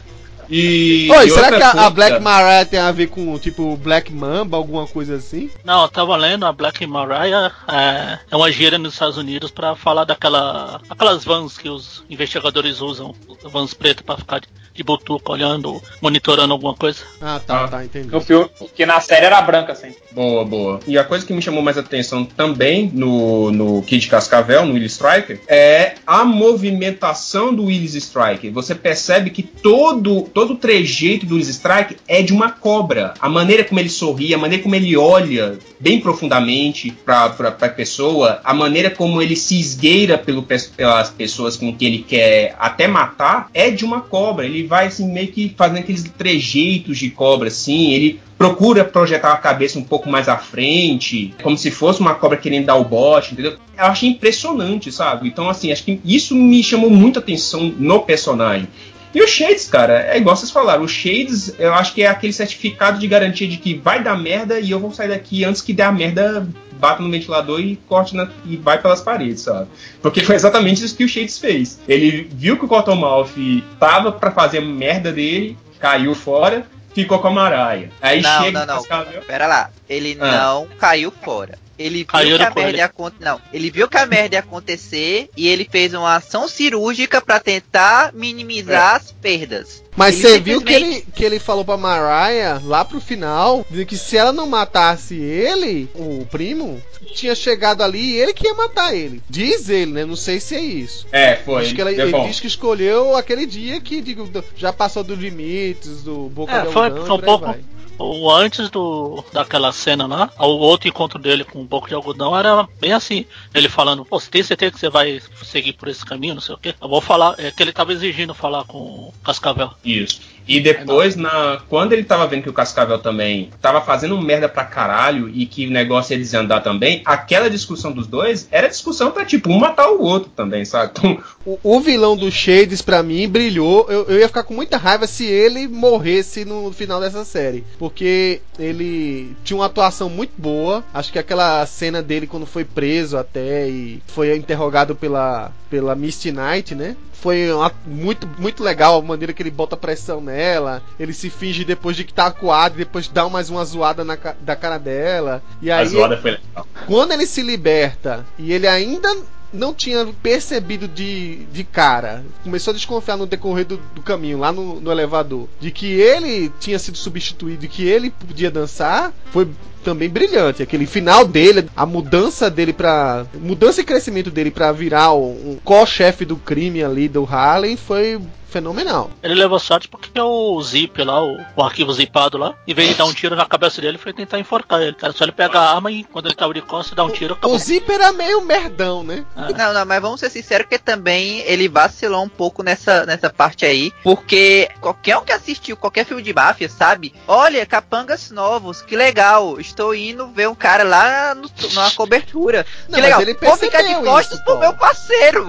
E, Oi, e será outra que a, a coisa- Black Mariah tem a ver com, tipo, Black Mamba, alguma coisa assim? Não, eu tava lendo, a Black Mariah é, é uma gíria nos Estados Unidos pra falar daquela aquelas vans que os investigadores usam, vans pretas pra ficar de, de butuca olhando, monitorando alguma coisa. Ah, tá, Ah. tá, entendi. No filme, que na série era branca, assim. Boa, boa. E a coisa que me chamou mais atenção também no, no Kid Cascavel, no Willis Striker, é a movimentação do Willis Striker. Você percebe que todo, todo o trejeito do Willis Striker é de uma cobra. A maneira como ele sorri, a maneira como ele olha bem profundamente para a pessoa, a maneira como ele se esgueira pelo, pelas pessoas com que ele quer até matar, é de uma cobra. Ele vai assim, meio que fazendo aqueles trejeitos de cobra, assim, ele procura projetar a cabeça um pouco mais à frente, como se fosse uma cobra querendo dar o bote, entendeu? Eu achei impressionante, sabe? Então, assim, acho que isso me chamou muita atenção no personagem. E o Shades, cara, é igual vocês falaram, o Shades, eu acho que é aquele certificado de garantia de que vai dar merda e eu vou sair daqui antes que der a merda, bata no ventilador e corte na, e vai pelas paredes, sabe? Porque foi exatamente isso que o Shades fez. Ele viu que o Cottonmouth tava pra fazer a merda dele, caiu fora, ficou com a Mariah. Aí Não, chega não, não. Cascavel... Pera lá. Ele Ah. não caiu fora. Ele viu Caiu que a no merda ele. ia acontecer. Não, ele viu que a merda ia acontecer e ele fez uma ação cirúrgica pra tentar minimizar É. as perdas. Mas Ele você viu que simplesmente- ele, que ele falou pra Mariah, lá pro final, dizendo que se ela não matasse ele, o primo, tinha chegado ali e ele que ia matar ele. Diz ele, né? Não sei se é isso. É, foi. Diz que ela- deu ele bom. diz que escolheu aquele dia que digo, já passou dos limites, do boca É, de foi, algodão e foi um por aí pouco. vai. O antes do daquela cena lá, o outro encontro dele com um boca de algodão era bem assim, ele falando, pô, você tem certeza que você vai seguir por esse caminho, não sei o quê? Eu vou falar, é que ele tava exigindo falar com o Cascavel. Isso. E depois, na, quando ele tava vendo que o Cascavel também tava fazendo merda pra caralho e que o negócio ia desandar também, aquela discussão dos dois era discussão pra, tipo, um matar o outro também, sabe? Então, O, o vilão do Shades, pra mim, brilhou. Eu, eu ia ficar com muita raiva se ele morresse no final dessa série. Porque ele tinha uma atuação muito boa. Acho que aquela cena dele quando foi preso até e foi interrogado pela, pela Misty Knight, né? Foi uma, muito, muito legal a maneira que ele bota pressão nela. Ele se finge depois de que tá acuado e depois dá mais uma zoada na, da cara dela. E a aí, zoada foi legal. quando ele se liberta e ele ainda não tinha percebido de, de cara, começou a desconfiar no decorrer do, do caminho, lá no, no elevador, de que ele tinha sido substituído e que ele podia dançar, foi também brilhante. Aquele final dele, a mudança dele pra... mudança e crescimento dele pra virar um, um co-chefe do crime ali do Harlem foi fenomenal. Ele levou sorte porque o zip lá, o, o arquivo zipado lá, em vez de dar um tiro na cabeça dele, foi tentar enforcar ele. Cara, só ele pega a arma e quando ele tava de costas, dá um tiro, acabou. O Zip era meio merdão, né? Não, não, mas vamos ser sinceros que também ele vacilou um pouco nessa, nessa parte aí, porque qualquer um que assistiu qualquer filme de máfia sabe, olha, capangas novos, que legal, estou indo ver um cara lá no, numa cobertura, Não, que legal, mas ele vou ficar de percebeu costas isso, pro Paulo. meu parceiro.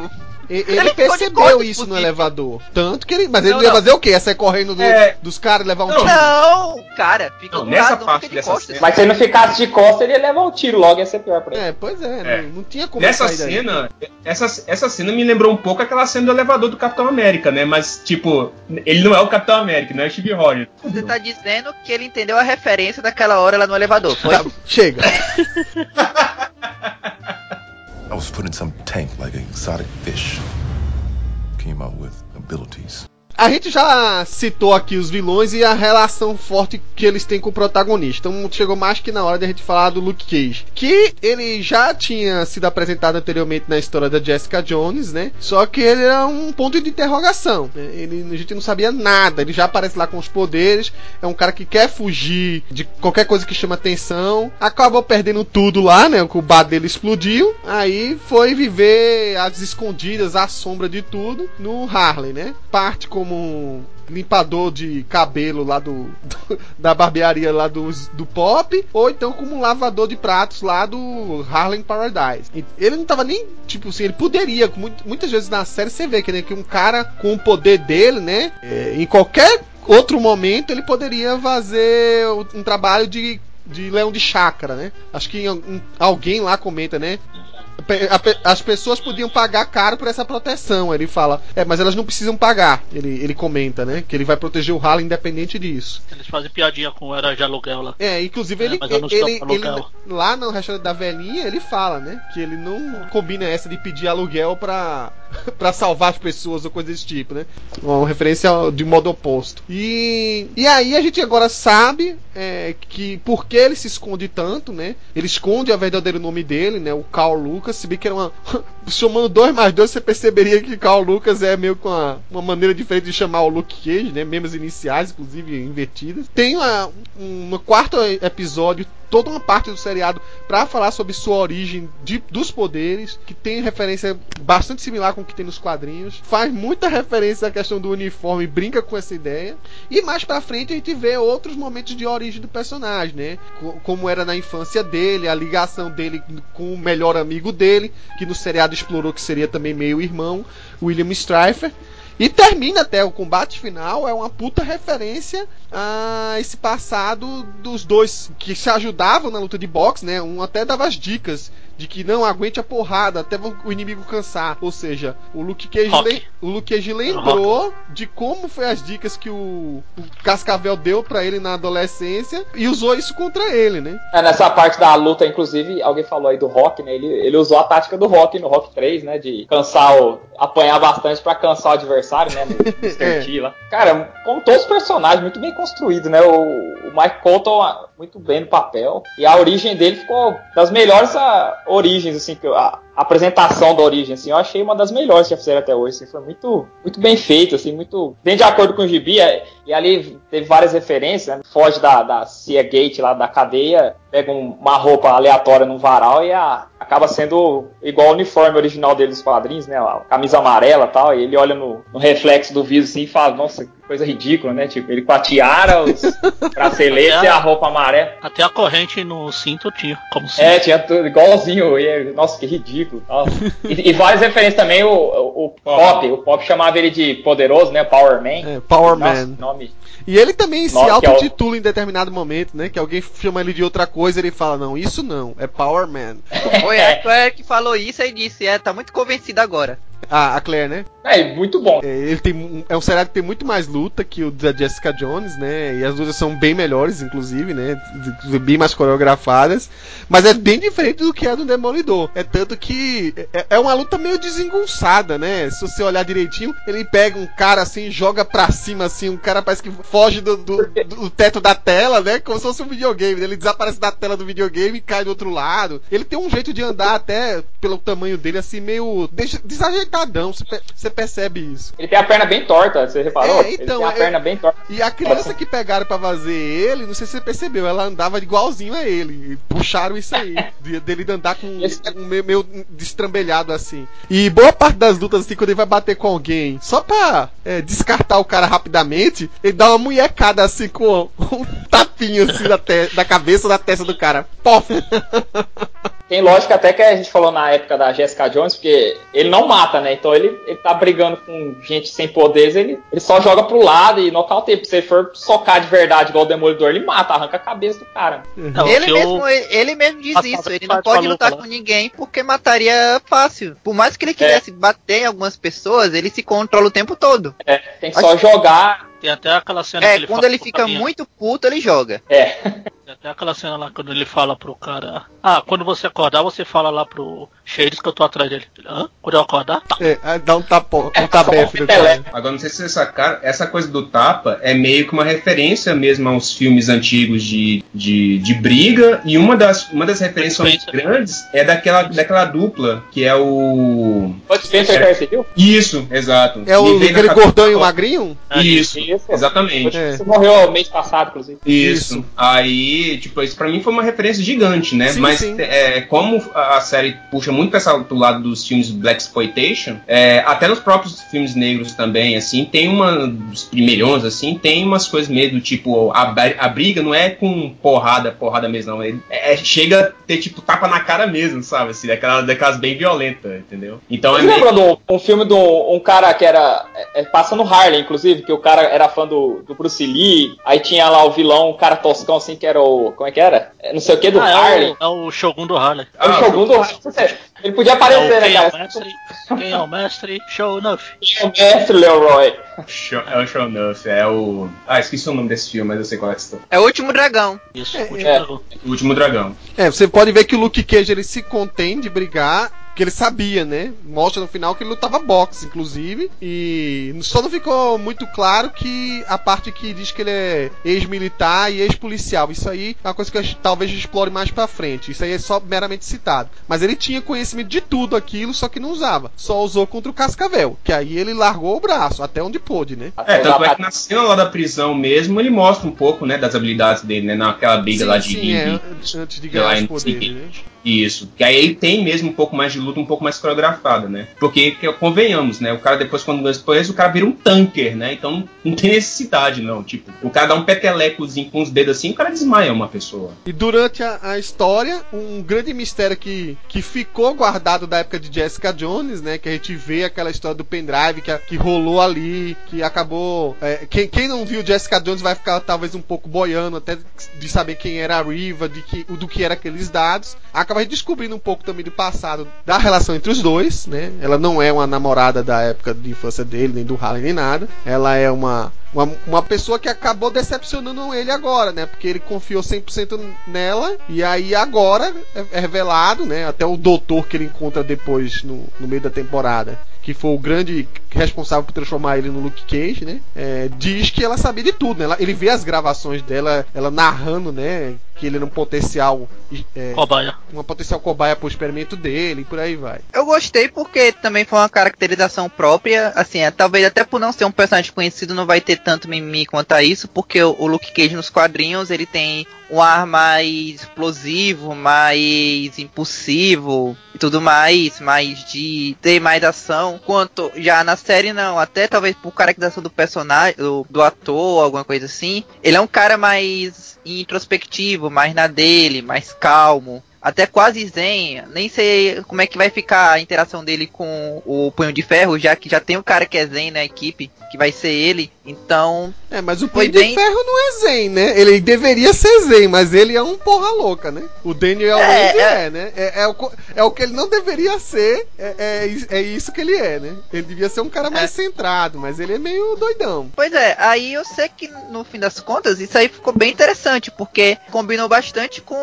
Ele, ele percebeu isso no elevador. Tanto que ele. Mas ele não, ia não. fazer o quê? Ia sair correndo do, É. dos caras e levar um Não. tiro? Não, cara, fica Não, do nessa lado, não parte fica de dessa costas. cena- Mas se ele não ficasse de costas, ele ia levar um tiro logo, ia ser pior pra ele. É, pois é, É. Não, não tinha como Nessa sair daí. cena, essa, essa cena me lembrou um pouco aquela cena do elevador do Capitão América, né? Mas, tipo, ele não é o Capitão América, não é o Steve Rogers. Você tá dizendo que ele entendeu a referência daquela hora lá no elevador, foi? Tá, chega. I was put in some tank like an exotic fish. Came out with abilities. A gente já citou aqui os vilões e a relação forte que eles têm com o protagonista. Então chegou mais que na hora de a gente falar do Luke Cage. Que ele já tinha sido apresentado anteriormente na história da Jessica Jones, né? Só que ele era um ponto de interrogação, né? Ele, a gente não sabia nada. Ele já aparece lá com os poderes. É um cara que quer fugir de qualquer coisa que chama atenção. Acabou perdendo tudo lá, né? O bar dele explodiu. Aí foi viver às escondidas, à sombra de tudo, no Harlem, né? Parte como um limpador de cabelo lá do, do da barbearia lá do, do Pop, ou então como um lavador de pratos lá do Harlem Paradise. E ele não tava nem, tipo assim, ele poderia, muitas vezes na série você vê que, né, que um cara com o poder dele, né, é, em qualquer outro momento ele poderia fazer um trabalho de, de leão de chácara, né? Acho que um, alguém lá comenta, né? As pessoas podiam pagar caro por essa proteção. Ele fala, é, mas elas não precisam pagar. Ele, ele comenta, né? Que ele vai proteger o Harlem independente disso. Eles fazem piadinha com o era de aluguel lá. É, inclusive É, ele, mas eu não ele, estou ele, com aluguel. lá no restaurante da velhinha, ele fala, né? Que ele não combina essa de pedir aluguel pra, pra salvar as pessoas ou coisa desse tipo, né? Uma referência de modo oposto. E, e aí a gente agora sabe é, que por que ele se esconde tanto, né? Ele esconde o verdadeiro nome dele, né? O Carl Lucas. Se bem que era uma... Somando dois mais dois, você perceberia que Carl Lucas é meio com uma, uma maneira diferente de chamar o Luke Cage, né? Mesmas iniciais, inclusive invertidas. Tem uma, um, no quarto episódio toda uma parte do seriado para falar sobre sua origem de, dos poderes, que tem referência bastante similar com o que tem nos quadrinhos. Faz muita referência à questão do uniforme, brinca com essa ideia. E mais pra frente a gente vê outros momentos de origem do personagem, né? Como era na infância dele, a ligação dele com o melhor amigo dele, que no seriado explorou que seria também meio irmão, William Stryfer. E termina até o combate final, é uma puta referência a esse passado dos dois que se ajudavam na luta de boxe, né? Um até dava as dicas de que não aguente a porrada até o inimigo cansar. Ou seja, o Luke Cage, le- o Luke Cage lembrou de como foi as dicas que o, o Cascavel deu pra ele na adolescência e usou isso contra ele, né? É, nessa parte da luta, inclusive, alguém falou aí do Rock, né? Ele, ele usou a tática do Rock no Rock três, né? De cansar o... apanhar bastante pra cansar o adversário, né? No mister T lá. Cara, como todos os personagens, muito bem construído, né? O, o Mike Colton muito bem no papel. E a origem dele ficou das melhores a, origens, assim, que a, a apresentação da origem, assim, eu achei uma das melhores que já fizeram até hoje, assim, foi muito, muito bem feito, assim, muito bem de acordo com o gibi, e ali teve várias referências, né? Foge da, da Cia Gate lá da cadeia, pega um, uma roupa aleatória num varal e a, acaba sendo igual ao uniforme original dele dos quadrinhos, né, a camisa amarela e tal, e ele olha no, no reflexo do vidro assim e fala, nossa, que coisa ridícula, né, tipo, ele com a tiara, os braceletes e a roupa amarela. Até a corrente no cinto tinha, como cinto. É, tinha tudo igualzinho, e, nossa, que ridículo. E, e várias referências também, o, o, o Pop, o Pop chamava ele de poderoso, né, Power Man. É, Power nossa, Man. Nome... E ele também Nossa, se auto-intitula é o... em determinado momento, né? Que alguém chama ele de outra coisa e ele fala, não, isso não, é Power Man. Foi a Claire que falou isso e disse, é, tá muito convencido agora. Ah, a Claire, né? É, muito bom. É, ele tem, é um seriado que tem muito mais luta que o da Jessica Jones, né? E as lutas são bem melhores, inclusive, né? Bem mais coreografadas. Mas é bem diferente do que é do Demolidor. É tanto que é, é uma luta meio desengonçada, né? Se você olhar direitinho, ele pega um cara assim, joga pra cima assim, um cara parece que foge do, do, do teto da tela, né? Como se fosse um videogame. Ele desaparece da tela do videogame e cai do outro lado. Ele tem um jeito de andar até, pelo tamanho dele, assim, meio desajeitadão. Você percebe isso. Ele tem a perna bem torta, você reparou? É, então, ele tem a é, perna bem torta. E a criança que pegaram pra fazer ele, não sei se você percebeu, ela andava igualzinho a ele. E puxaram isso aí. de, dele andar com um meio, meio destrambelhado assim. E boa parte das lutas, assim, quando ele vai bater com alguém, só pra é, descartar o cara rapidamente, ele dá uma munhecada assim com um tapinho assim da, te- da cabeça da testa do cara. Pof! tem lógica até que a gente falou na época da Jessica Jones, porque ele não mata, né? Então ele, ele tá brigando com gente sem poderes, ele, ele só joga pro lado e nocauteia. Se ele for socar de verdade igual o Demolidor, ele mata, arranca a cabeça do cara. Não, ele, mesmo, eu... ele, ele mesmo diz ah, isso, ele não pode lutar com ninguém porque mataria fácil. Por mais que ele quisesse é. bater em algumas pessoas, ele se controla o tempo todo. É, tem que só Acho... jogar... Tem até aquela cena é, que ele quando fala ele fica carinha. muito puto, ele joga. É. Tem até aquela cena lá quando ele fala pro cara: ah, quando você acordar, você fala lá pro Shades que eu tô atrás dele. Hã? Quando eu acordar? Tá. É, dá um tapão, um tabefe do cara. Agora, não sei se vocês sacaram, essa coisa do tapa é meio que uma referência mesmo aos filmes antigos de, de, de briga, e uma das, uma das referências muito grandes é daquela, daquela dupla, que é o... Bud Spencer e Terry Civil? Isso, exato. É o aquele gordão e o magrinho? Isso, isso, exatamente. Você é. morreu mês passado, inclusive. Isso. isso. Aí, tipo, isso pra mim foi uma referência gigante, né? Sim, Mas sim. É, como a série puxa muito pra essa, pro lado dos filmes Blaxploitation, é, até nos próprios filmes negros também, assim, tem uma, dos primeirões, assim, tem umas coisas meio do tipo, a, a briga não é com porrada, porrada mesmo, não. É, é, chega a ter, tipo, tapa na cara mesmo, sabe? Assim, daquelas, daquelas bem violentas, entendeu? Então Você é meio... lembra do um filme de um cara que era... É, passa no Harlem, inclusive, que o cara era fã do, do Bruce Lee, aí tinha lá o vilão, um cara toscão, assim, que era o... Como é que era? Não sei o que, do ah, Harlem. É o, é o Shogun do Harlem. É o Shogun do Harlem. Ele podia aparecer, é o, né, cara? É o mestre, quem é o mestre? Shonuff. Quem é o mestre, Leroy? É o Shonuff, é o... Ah, esqueci o nome desse filme, mas eu sei qual é que está. É o Último Dragão. Isso, é, o Último é. Dragão. O Último Dragão. É, você pode ver que o Luke Cage, ele se contém de brigar... que ele sabia, né? Mostra no final que ele lutava boxe, inclusive. E só não ficou muito claro que a parte que diz que ele é ex-militar e ex-policial. Isso aí é uma coisa que eu talvez explore mais pra frente. Isso aí é só meramente citado. Mas ele tinha conhecimento de tudo aquilo, só que não usava. Só usou contra o Cascavel. Que aí ele largou o braço, até onde pôde, né? É, tanto é que na cena lá da prisão mesmo, ele mostra um pouco, né, das habilidades dele, né? Naquela briga sim, lá de... Sim, de, é, de antes de ganhar os poderes, né? Isso. Que aí ele tem mesmo um pouco mais de luta, um pouco mais coreografada, né? Porque, que, convenhamos, né? O cara depois, quando ganha os poderes, o cara vira um tanker, né? Então não, não tem necessidade, não. Tipo, o cara dá um petelecozinho com os dedos assim, o cara desmaia uma pessoa. E durante a, a história, um grande mistério que, que ficou guardado da época de Jessica Jones, né? Que a gente vê aquela história do pendrive que, que rolou ali, que acabou... É, quem, quem não viu Jessica Jones vai ficar talvez um pouco boiando até de saber quem era a Riva, de que, do que eram aqueles dados. Acaba descobrindo um pouco também do passado da relação entre os dois, né? Ela não é uma namorada da época de infância dele, nem do Harley, nem nada. Ela é uma, uma, uma pessoa que acabou decepcionando ele agora, né? Porque ele confiou cem por cento nela, e aí agora é, é revelado, né? Até o doutor que ele encontra depois no, no meio da temporada, que foi o grande responsável por transformar ele no Luke Cage, né? É, diz que ela sabia de tudo, né? Ela, ele vê as gravações dela, ela narrando, né? Que ele era um potencial é, cobaia. Uma potencial cobaia pro experimento dele, e por aí vai. Eu gostei porque também foi uma caracterização própria, assim, é, talvez até por não ser um personagem conhecido não vai ter tanto mimimi quanto a isso, porque o, o Luke Cage nos quadrinhos ele tem um ar mais explosivo, mais impulsivo e tudo mais, mais de ter mais ação, quanto já na série não, até talvez por caracterização do personagem, do, do ator, alguma coisa assim, ele é um cara mais introspectivo, mais na dele, mais calmo, até quase zen. Nem sei como é que vai ficar a interação dele com o Punho de Ferro, já que já tem um cara que é zen na equipe, que vai ser ele, então... É, mas o Punho bem... de Ferro não é zen, né? Ele deveria ser zen, mas ele é um porra louca, né? O Daniel é, Wade é, é, né? É, é, o, é o que ele não deveria ser, é, é, é isso que ele é, né? Ele devia ser um cara mais é. centrado, mas ele é meio doidão. Pois é, aí eu sei que no fim das contas, isso aí ficou bem interessante, porque combinou bastante com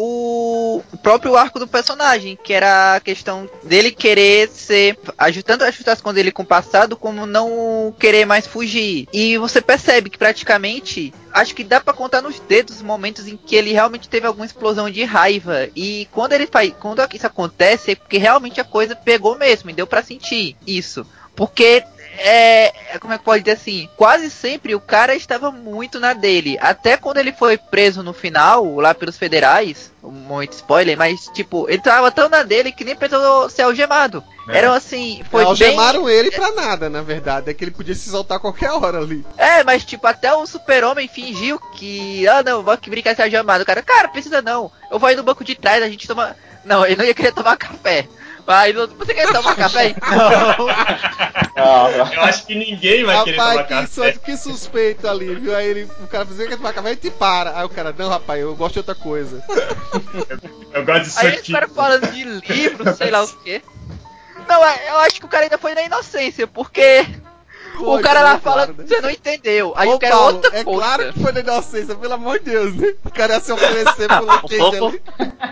o próprio arco do personagem, que era a questão dele querer ser, ajustando as contas dele com o passado, como não querer mais fugir. E você percebe que praticamente, acho que dá pra contar nos dedos os momentos em que ele realmente teve alguma explosão de raiva. E quando ele faz, quando isso acontece, é porque realmente a coisa pegou mesmo, e deu pra sentir isso. Porque é, como é que pode dizer assim, quase sempre o cara estava muito na dele, até quando ele foi preso no final, lá pelos federais, muito spoiler, mas tipo, ele tava tão na dele que nem precisou ser algemado. É. Eram assim, foi algemaram bem... ele pra nada, na verdade, é que ele podia se soltar a qualquer hora ali. É, mas tipo, até o Super-Homem fingiu que, ah não, vou aqui brincar de ser algemado, o cara, cara, precisa não, eu vou aí no banco de trás, a gente toma... Não, ele não ia querer tomar café. Mas você quer tomar café? Não. Não, eu acho que ninguém vai rapaz, querer tomar que, café. Só, que suspeito ali, viu? Aí ele, o cara fazia que tomar café e te para. Aí o cara, não, rapaz, eu gosto de outra coisa. Eu gosto disso Aí aqui. esse cara falando de livro, sei lá o quê. Não, eu acho que o cara ainda foi na inocência, porque Foi, o cara lá também, fala, claro, né? você não entendeu. Aí Ô, o cara é Paulo, outra é coisa. claro que foi na inocência, pelo amor de Deus, né? O cara ia se oferecer pro Luke Cage pouco- ali.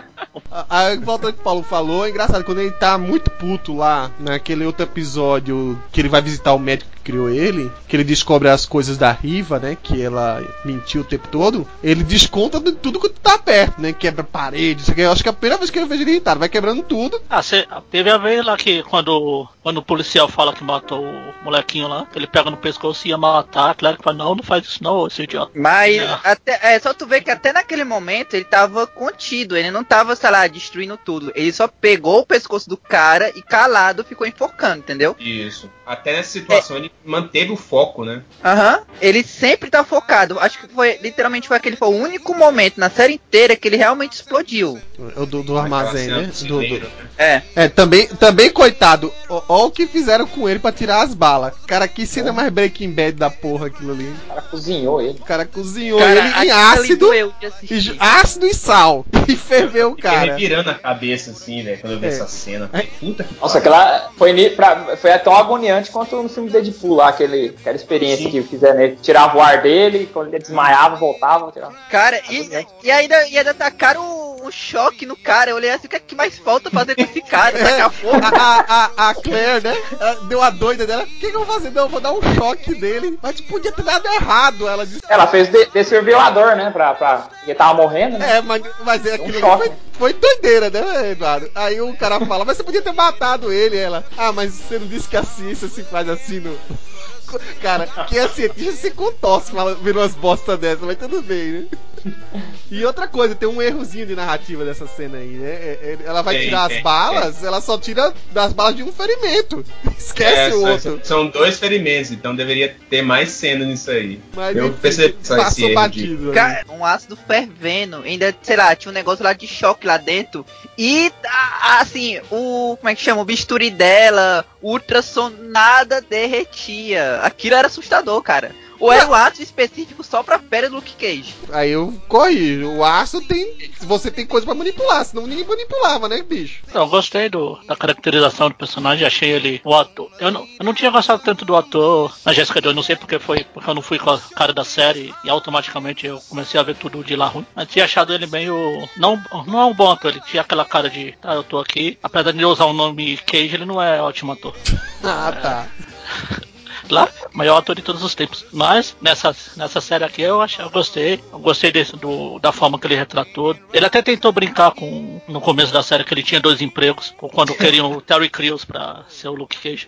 Aí, voltando ao que o Paulo falou, é engraçado, quando ele tá muito puto lá, naquele outro episódio que ele vai visitar o médico que criou ele, que ele descobre as coisas da Riva, né, que ela mentiu o tempo todo, ele desconta de tudo que tá perto, né, quebra paredes, isso aqui, eu acho que é a primeira vez que ele fez ele irritado, vai quebrando tudo. Ah, cê, teve a vez lá que quando, quando o policial fala que matou o molequinho lá, ele pega no pescoço e ia matar, claro que fala, não, não faz isso não, esse idiota. Mas Não. até, é só tu ver que até naquele momento ele tava contido, ele não tava, sei lá, destruindo tudo. Ele só pegou o pescoço do cara e calado ficou enforcando, entendeu? Isso. Até nessa situação ele manteve o foco, né? Aham. Uhum. Ele sempre tá focado. Acho que foi, literalmente foi aquele foi o único momento na série inteira que ele realmente explodiu. O do, do armazém, Aquela né? cena Do, do... celeiro, né? É. É, também, também coitado, ó, ó o que fizeram com ele pra tirar as balas. Cara, que cena mais Breaking Bad da porra aquilo ali. O cara cozinhou ele. O cara cozinhou Cara, ele em aquilo ali ácido, doeu de assistir. e, ju- ácido e sal. E ferveu o Fiquei cara. revirando a cabeça assim, velho, quando eu vi É. essa cena. Puta que Nossa, pariu. aquela foi, ni- pra, foi tão agoniante quanto no filme Deadpool lá, aquele, aquela experiência Sim. que fizeram nele. Tirava o ar dele, quando ele desmaiava, voltava. Tirava. Cara, e, e ainda, e ainda tacaram o, o choque no cara. Eu olhei assim, o que é que mais falta fazer com esse cara? É, Tacar fogo? a, a, a Claire, né? ela deu a doida dela. O que, que eu vou fazer? Não, eu vou dar um choque dele. Mas podia ter dado errado. Ela disse. Ela fez de, desfibrilador, né? Pra, pra, porque tava morrendo, né? É, mas, mas é aquilo Um choque. foi, foi doideira, né, Eduardo? Aí o cara fala, mas você podia ter matado ele. Ela, ah, mas você não disse que a ciência se faz assim no. Cara, quem é cientista se contorce vendo umas bostas dessas, mas tudo bem, né? E outra coisa, tem um errozinho de narrativa dessa cena aí, né? É- é- Ela vai Tem, tirar tem, as balas, ela só tira das balas de um ferimento. Esquece É, o são- outro. São dois ferimentos, então deveria ter mais cena nisso aí. Mas eu enfim, percebi só esse passou erro batido. ali. Cara, um ácido fervendo. Ainda, sei lá, tinha um negócio lá de choque lá dentro. E, a- assim, o. Como é que chama? O bisturi dela, o ultrassom, nada derretia. Aquilo era assustador, cara. Ou era um ácido específico só pra pele do Luke Cage? Aí eu corrijo, o aço tem. Você tem coisa pra manipular, senão ninguém manipulava, né, bicho? Então, eu gostei do, da caracterização do personagem, achei ele o ator. Eu não, eu não tinha gostado tanto do ator na Jessica Jones, não sei porque foi, porque eu não fui com a cara da série e automaticamente eu comecei a ver tudo de lá ruim. Mas tinha achado ele meio. Não, não é um bom ator, ele tinha aquela cara de. Tá, eu tô aqui. Apesar de ele usar o nome Cage, ele não é ótimo ator. Ah, tá. Lá, maior ator de todos os tempos. Mas nessa, nessa série aqui eu achei, eu gostei. Eu gostei desse, do, da forma que ele retratou. Ele até tentou brincar com no começo da série que ele tinha dois empregos, quando queriam o Terry Crews pra ser o Luke Cage.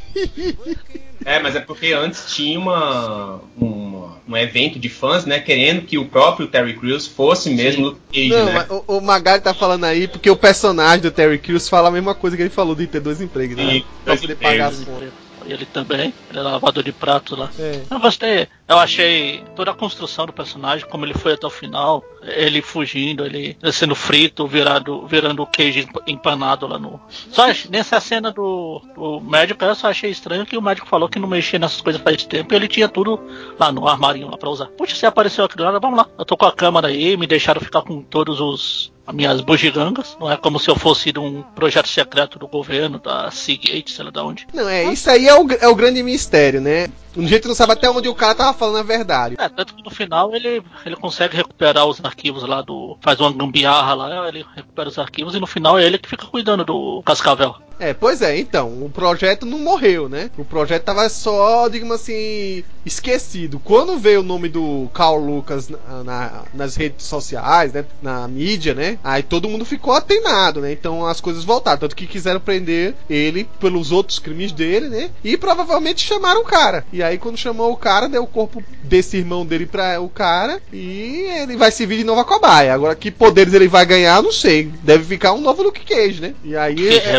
É, mas é porque antes tinha uma, uma, um evento de fãs, né, querendo que o próprio Terry Crews fosse mesmo Luke Cage, Não, né? mas o, o Magari tá falando aí porque o personagem do Terry Crews fala a mesma coisa que ele falou de ter dois empregos, né? Sim, Pra dois poder pagar as empregos. contas. Ele também, ele é lavador de pratos lá. É. Eu gostei, eu achei toda a construção do personagem, como ele foi até o final, ele fugindo, ele sendo frito, virado, virando o queijo empanado lá no. Só nessa cena do, do médico, eu só achei estranho que o médico falou que não mexia nessas coisas faz tempo e ele tinha tudo lá no armarinho lá pra usar. Puxa, você apareceu aqui do nada, vamos lá. Eu tô com a câmera aí, me deixaram ficar com todos os. As minhas bugigangas, não é como se eu fosse de um projeto secreto do governo, da Seagate, sei lá de onde. Não, é, isso aí é o, é o grande mistério, né? Um jeito não sabe até onde o cara tava falando a verdade. É, tanto que no final ele, ele consegue recuperar os arquivos lá do. Faz uma gambiarra lá, ele recupera os arquivos e no final é ele que fica cuidando do Cascavel. É, pois é, então, o projeto não morreu, né? O projeto tava só, digamos assim, esquecido. Quando veio o nome do Carl Lucas na, na, nas redes sociais, né? Na mídia, né? Aí todo mundo ficou atenado, né? Então as coisas voltaram. Tanto que quiseram prender ele pelos outros crimes dele, né? E provavelmente chamaram o cara. E aí quando chamou o cara, deu o corpo desse irmão dele pra o cara e ele vai servir de nova cobaia. Agora, que poderes ele vai ganhar, não sei. Deve ficar um novo Luke Cage, né? E aí... Cage É, Reverso.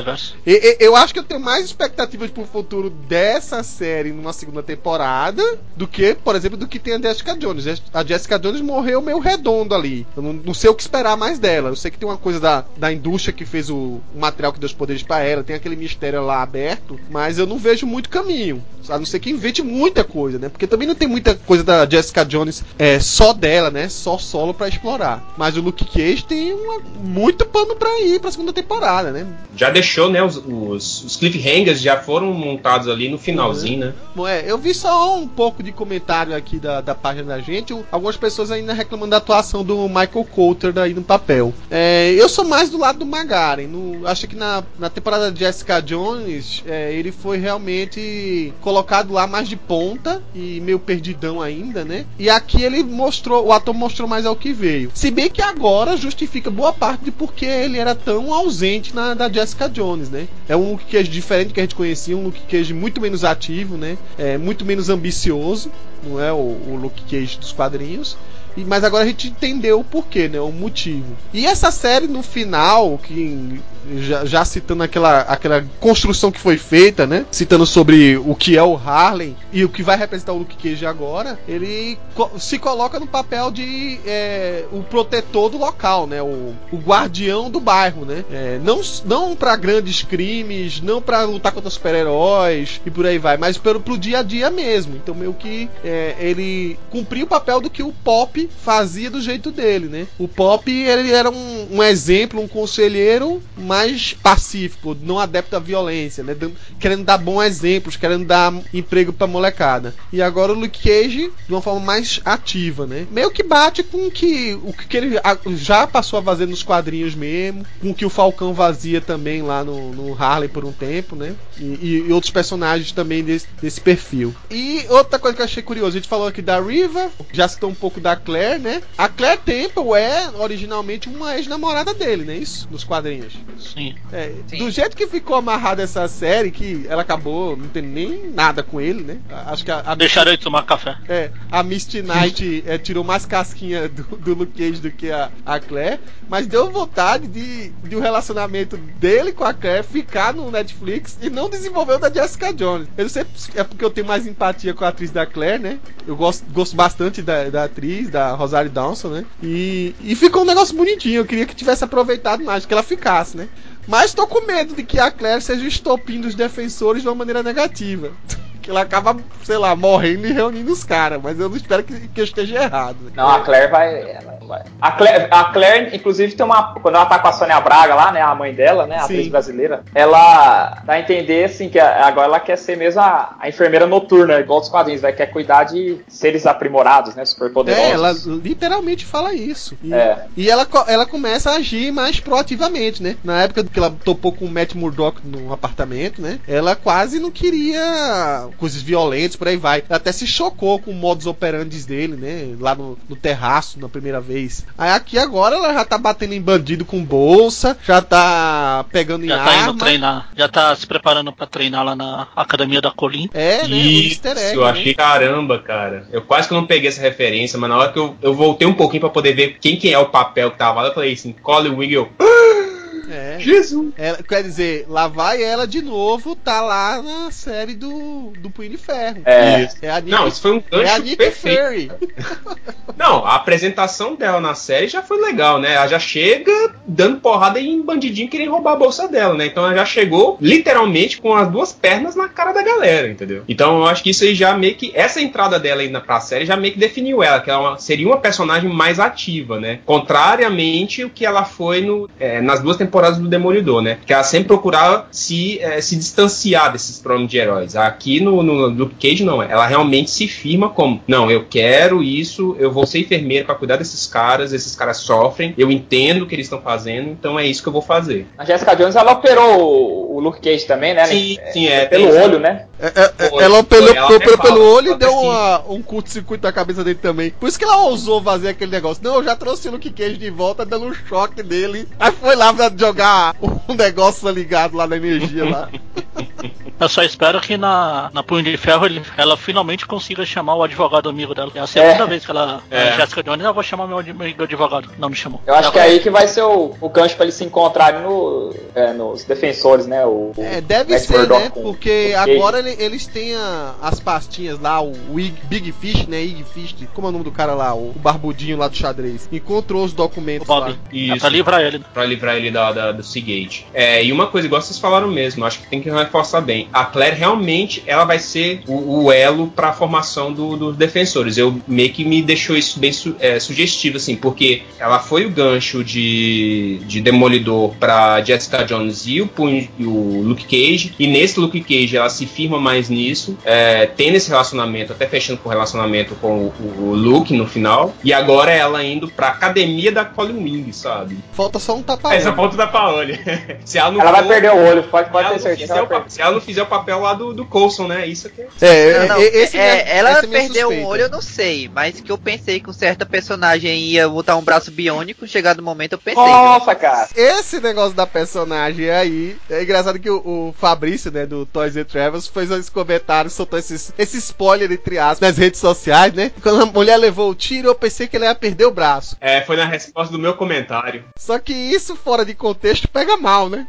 E, e, eu acho que eu tenho mais expectativas pro futuro dessa série numa segunda temporada do que, por exemplo, do que tem a Jessica Jones. A Jessica Jones morreu meio redondo ali. Eu não, não sei o que esperar mais dela. Eu sei que tem uma coisa da, da indústria que fez o, o material que deu os poderes pra ela, tem aquele mistério lá aberto, mas eu não vejo muito caminho. A não ser que invente muita coisa, né? Porque também não tem muita coisa da Jessica Jones é, só dela, né? Só solo pra explorar. Mas o Luke Cage tem uma, muito pano pra ir pra segunda temporada, né? Já deixou, né? Os, os, os cliffhangers já foram montados ali no finalzinho, uhum. né? Bom, é, eu vi só um pouco de comentário aqui da, da página da gente. Algumas pessoas ainda reclamando da atuação do Michael Coulter aí no papel. É, eu sou mais do lado do Magaren. No, acho que na, na temporada de Jessica Jones, é, ele foi realmente colocado lá mais de ponta e meio perdidão ainda, né? E aqui ele mostrou, o ator mostrou mais ao que veio. Se bem que agora justifica boa parte de porque ele era tão ausente na da Jessica Jones, né? É um Luke Cage diferente que a gente conhecia, um Luke Cage muito menos ativo, né? É, muito menos ambicioso, não é o, o Luke Cage dos quadrinhos. E, mas agora a gente entendeu o porquê, né? O motivo. E essa série no final, que já, já citando aquela, aquela construção que foi feita, né? Citando sobre o que é o Harlem e o que vai representar o Luke Cage agora, ele co- se coloca no papel de é, o protetor do local, né? O, o guardião do bairro, né? É, não não para grandes crimes, não para lutar contra super-heróis e por aí vai, mas pro, pro dia a dia mesmo. Então meio que é, ele cumpriu o papel do que o Pop fazia do jeito dele, né? O Pop, ele era um, um exemplo, um conselheiro mais pacífico, não adepto à violência, né? Dando, querendo dar bons exemplos, querendo dar emprego pra molecada. E agora o Luke Cage, de uma forma mais ativa, né? Meio que bate com o que, o que ele já passou a fazer nos quadrinhos mesmo, com o que o Falcão vazia também lá no, no Harley por um tempo, né? E, e outros personagens também desse, desse perfil. E outra coisa que eu achei curioso, a gente falou aqui da Riva, já citou um pouco da Claire, né? A Claire Temple é originalmente uma ex-namorada dele, né? Isso? Nos quadrinhos. Sim. É, Sim. Do jeito que ficou amarrada essa série, que ela acabou não tendo nem nada com ele, né? Acho que a, a Deixaram ele tomar café. É, a Misty Knight é, tirou mais casquinha do, do Luke Cage do que a, a Claire, mas deu vontade de, de o relacionamento dele com a Claire ficar no Netflix e não desenvolver o da Jessica Jones. Eu não sei se é porque eu tenho mais empatia com a atriz da Claire, né? Eu gosto, gosto bastante da, da atriz, da Rosario Dawson, né? E, e ficou um negócio bonitinho. Eu queria que tivesse aproveitado mais, que ela ficasse, né? Mas tô com medo de que a Claire seja o estopim dos defensores de uma maneira negativa. Que ela acaba, sei lá, morrendo e reunindo os caras. Mas eu não espero que, que eu esteja errado. Né? Não, a Claire vai, ela vai. A Claire, a Claire, inclusive, tem uma. Quando ela tá com a Sônia Braga lá, né? A mãe dela, né? A atriz brasileira. Ela dá a entender, assim, que agora ela quer ser mesmo a, a enfermeira noturna, igual dos quadrinhos. Vai quer cuidar de seres aprimorados, né? Super poderosos. É, ela literalmente fala isso. E, é. e ela, ela começa a agir mais proativamente, né? Na época que ela topou com o Matt Murdock no apartamento, né? Ela quase não queria coisas violentas, por aí vai. Ela até se chocou com o modus operandi dele, né? Lá no, no terraço, na primeira vez. Aí aqui agora ela já tá batendo em bandido com bolsa, já tá pegando já em tá arma. Indo treinar, já tá se preparando pra treinar lá na Academia da Colin. É, né? Isso, o easter egg, eu achei né? Caramba, cara. Eu quase que não peguei essa referência, mas na hora que eu, eu voltei um pouquinho pra poder ver quem que é o papel que tava lá, eu falei assim, Colin Wiggle. É. Jesus! Ela, quer dizer, lá vai ela de novo, tá lá na série do, do Punho de Ferro. É. É a Nick, Não, isso foi um gancho é a Nick perfeito. Fury. Não, a apresentação dela na série já foi legal, né? Ela já chega dando porrada em bandidinho querendo roubar a bolsa dela, né? Então ela já chegou literalmente com as duas pernas na cara da galera, entendeu? Então eu acho que isso aí já meio que... Essa entrada dela ainda pra série já meio que definiu ela, que ela seria uma personagem mais ativa, né? Contrariamente o que ela foi no, é, nas duas temporadas do Demolidor, né? Que ela sempre procurava se, é, se distanciar desses problemas de heróis. Aqui no, no Luke Cage não, ela realmente se firma como, não, eu quero isso, eu vou ser enfermeira pra cuidar desses caras, esses caras sofrem, eu entendo o que eles estão fazendo, então é isso que eu vou fazer. A Jessica Jones, ela operou o Luke Cage também, né? Sim, sim, é. Pelo tem, olho, né? É, é, Foi, ela operou, foi, ela operou pelo fala, olho e ela deu assim. uma, um curto-circuito na cabeça dele também. Por isso que ela ousou fazer aquele negócio. Não, eu já trouxe o Luke Cage de volta, dando um choque nele. Aí foi lá pra jogar um negócio ligado lá na energia lá. Eu só espero que na, na Punho de Ferro ele, ela finalmente consiga chamar o advogado amigo dela. É a segunda É. vez que ela. É. A Jessica Jones, eu vou chamar meu amigo advogado. Não me chamou. Eu acho que é aí que vai ser o, o gancho pra eles se encontrarem no, é, nos defensores, né? O, É, deve Matt ser, Murdock né? com- Porque com o Cage. agora ele- eles têm a- as pastinhas lá, o, o Ig- Big Fish, né? Ig Fish, como é o nome do cara lá? O, o barbudinho lá do xadrez. Encontrou os O documentos Bob. lá. É Isso. pra livrar ele. Pra livrar ele da, da- do Seagate. É, e uma coisa, igual vocês falaram mesmo, acho que tem que reforçar bem. A Claire realmente ela vai ser o, o elo pra formação do- dos defensores. Eu meio que me deixou isso bem su- é, sugestivo, assim, porque ela foi o gancho de, de Demolidor pra Jessica Jones e o, Punho- e o Luke Cage. E nesse Luke Cage ela se firma mais nisso, é, tendo esse relacionamento, até fechando com o relacionamento com o, o Luke no final. E agora ela indo pra academia da Colin Wing, sabe? Falta só um tapa. Essa ponta da Paoli. Se ela não Ela vai for- perder o olho, pode, se pode ela ter não certeza. fizer Ela o vai pa- Se ela não fizer o papel lá do, do Coulson, né? Isso aqui é. É, Não, não, é, esse é, minha- ela essa é minha perdeu um suspeita. olho, eu não sei, mas que eu pensei que um certo personagem ia botar um braço biônico, chegado no momento eu pensei. Nossa, cara. Esse negócio da personagem aí, é engraçado que o, o Fabrício, né, do Toys and Travels, fez esse comentário, soltou esses, esse spoiler, entre aspas, nas redes sociais, né? Quando a mulher levou o tiro, eu pensei que ela ia perder o braço. É, foi na resposta do meu comentário. Só que isso, fora de contexto, pega mal, né?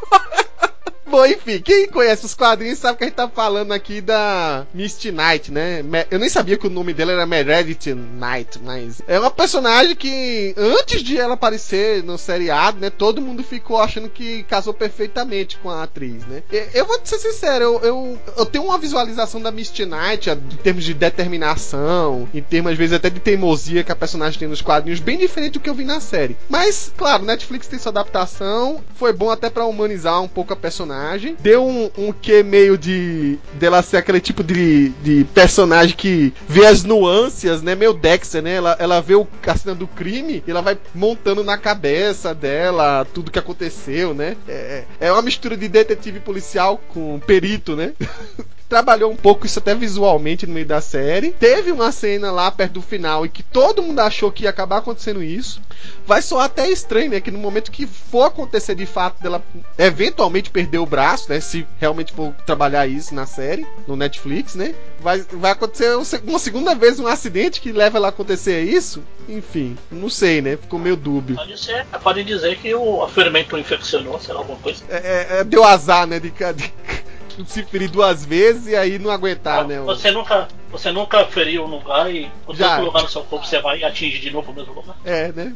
Bom, enfim, quem conhece os quadrinhos sabe que a gente tá falando aqui da Misty Knight, né? Me- Eu nem sabia que o nome dela era Meredith Knight, mas é uma personagem que, antes de ela aparecer no seriado, né? Todo mundo ficou achando que casou perfeitamente com a atriz, né? E- Eu vou te ser sincero, eu, eu, eu tenho uma visualização da Misty Knight a- em termos de determinação, em termos, às vezes, até de teimosia que a personagem tem nos quadrinhos, bem diferente do que eu vi na série. Mas, claro, Netflix tem sua adaptação, foi bom até pra humanizar um pouco a personagem. Deu um, um quê meio de dela ser aquele tipo de, de personagem que vê as nuances, né? Meio Dexter, né? Ela, ela vê o, a cena do crime e ela vai montando na cabeça dela tudo que aconteceu, né? É, é uma mistura de detetive policial com perito, né? Trabalhou um pouco isso até visualmente no meio da série. Teve uma cena lá perto do final e que todo mundo achou que ia acabar acontecendo isso. Vai soar até estranho, né? Que no momento que for acontecer de fato dela eventualmente perder o braço, né? Se realmente for trabalhar isso na série, no Netflix, né? Vai, vai acontecer uma segunda vez um acidente que leva ela a acontecer isso. Enfim, não sei, né? Ficou meio dúbio. Pode ser, podem dizer que o ferimento infeccionou, sei lá, alguma coisa. É, é, é, deu azar, né? De, de, se ferir duas vezes e aí não aguentar, Ah, né? o- Você nunca, você nunca feriu um lugar e quando Já. outro lugar no seu corpo você vai e atinge de novo o mesmo lugar. É, né?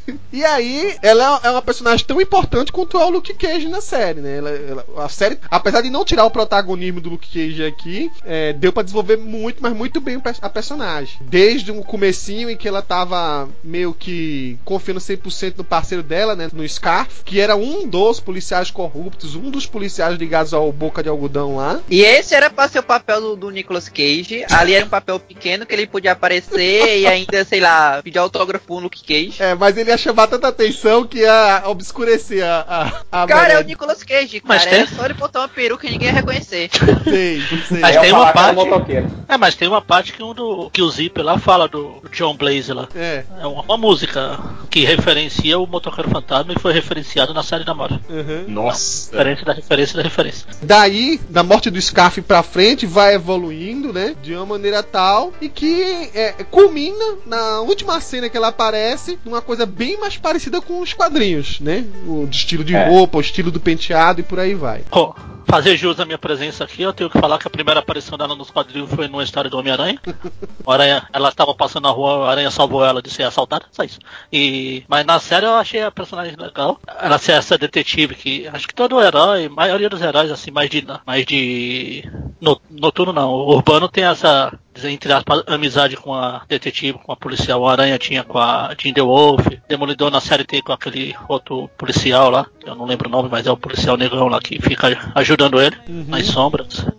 E aí, ela é uma personagem tão importante quanto é o Luke Cage na série, né? Ela, ela- a série, apesar de não tirar o protagonismo do Luke Cage aqui, é, deu pra desenvolver muito, mas muito bem o pe- a personagem. Desde o comecinho em que ela tava meio que confiando cem por cento no parceiro dela, né? No Scarf, que era um dos policiais corruptos, um dos policiais ligados ao Boca de Algodão lá. E esse era pra ser o papel do, do Nicolas Cage. Ali era um papel pequeno que ele podia aparecer e ainda, sei lá, pedir autógrafo pro Luke Cage. É, mas ele ia chamar tanta atenção que ia obscurecer a, a, a Cara, é o Meredith. Nicolas Cage, Mas cara. tem- É só ele botar uma peruca e ninguém ia reconhecer. Sei, sei. Mas Eu tem ia uma falar que era parte. motoqueiro. É, mas tem uma parte que o, do, que o Zip lá fala do John Blaze lá. É. É uma, uma música que referencia o Motoqueiro Fantasma e foi referenciado na série da Marvel. Uhum. Nossa. Referência da referência da referência. Daí, da morte do Scarf pra frente, vai evoluindo, né? De uma maneira tal e que é, culmina na última cena que ela aparece numa coisa bem mais parecida com os quadrinhos, né? O estilo de É. roupa, o estilo do penteado e por aí vai. Pô, fazer jus à minha presença aqui, eu tenho que falar que a primeira aparição dela nos quadrinhos foi numa história do Homem-Aranha. O Aranha, ela estava passando na rua, a Aranha salvou ela de ser assaltada, só isso. E, mas na série eu achei a personagem legal. Ela ser essa detetive que acho que todo herói, a maioria dos heróis assim, mais de mais de no, noturno não, o urbano tem essa, entre aspas, amizade com a detetive, com a policial. O Aranha tinha com a Jean DeWolf, Demolidor na série tem com aquele outro policial lá, que eu não lembro o nome, mas é o policial negão lá que fica ajudando ele Uhum. nas sombras.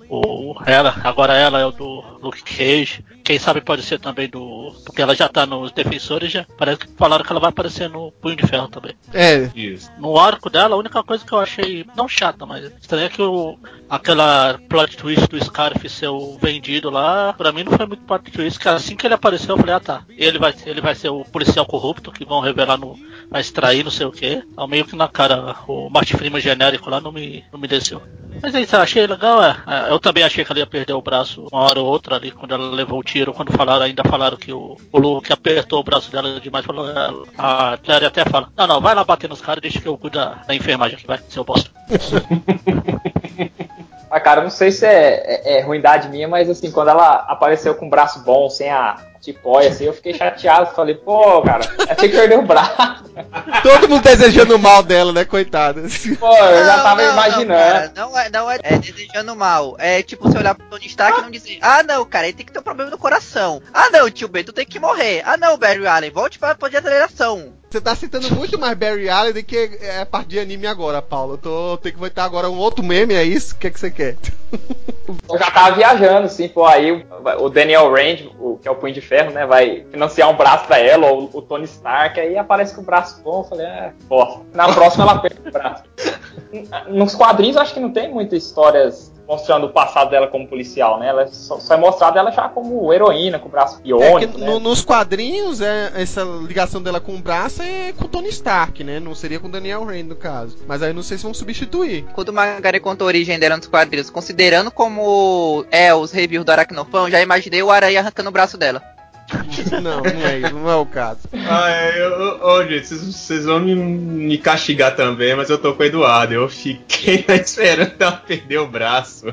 o ela, agora ela é o do Luke Cage. Quem sabe pode ser também do... Porque ela já tá nos Defensores, já parece que falaram que ela vai aparecer no Punho de Ferro também. É. Isso. No arco dela, a única coisa que eu achei, não chata, mas estranho é que o, aquela plot twist do Scarfe ser o vendido lá, pra mim não foi muito plot twist, que assim que ele apareceu eu falei, ah tá, ele vai, ele vai ser o policial corrupto, que vão revelar no... vai extrair não sei o que. Ao meio que na cara, o Martin Freeman genérico lá não me, não me desceu. Mas é isso, eu achei legal, é. Eu também achei que ela ia perder o braço uma hora ou outra ali, quando ela levou o tiro, quando falaram, ainda falaram que o, o Luke apertou o braço dela demais, falou, a Claire até fala, não, não, vai lá bater nos caras, deixa que eu cuido da, da enfermagem aqui, vai, seu bosta. Ah, cara, não sei se é, é, é ruindade minha, mas assim, quando ela apareceu com o braço bom, sem a tipóia, assim, eu fiquei chateado, falei, pô, cara, ela tinha que perder o braço. Todo mundo desejando o mal dela, né, coitada. Pô, eu não, já tava não, imaginando. Não, cara, não, é, não é, é desejando mal. É tipo você olhar pro Tony Stark e não dizer, ah não, cara, ele tem que ter um problema no coração. Ah não, tio Ben, tu tem que morrer. Ah não, Barry Allen, volte pra poder aceleração. Você tá citando muito mais Barry Allen do que é parte de anime agora, Paulo. Eu tô, tenho que botar agora um outro meme, é isso? O que é que você quer? Eu já tava viajando, assim, pô, aí o, o Daniel Rand, o, que é o Punho de Ferro, né, vai financiar um braço pra ela, ou o Tony Stark, aí aparece com o braço bom, eu falei, ah, bosta. Na próxima ela perde o braço. Nos quadrinhos eu acho que não tem muitas histórias mostrando o passado dela como policial, né? Ela só, só é mostrada ela já como heroína, com o braço biônico, é né? No, nos quadrinhos, é, essa ligação dela com o braço é com o Tony Stark, né? Não seria com o Daniel Rand, no caso. Mas aí não sei se vão substituir. Quando o Magari contou a origem dela nos quadrinhos, considerando como é os reviews do Aracnofão, já imaginei o Aranha arrancando o braço dela. Não, não é isso, não é o caso. Ah, é, eu, ô, gente, vocês vão me, me castigar também, mas eu tô com o Eduardo. Eu fiquei esperando ela perder o braço.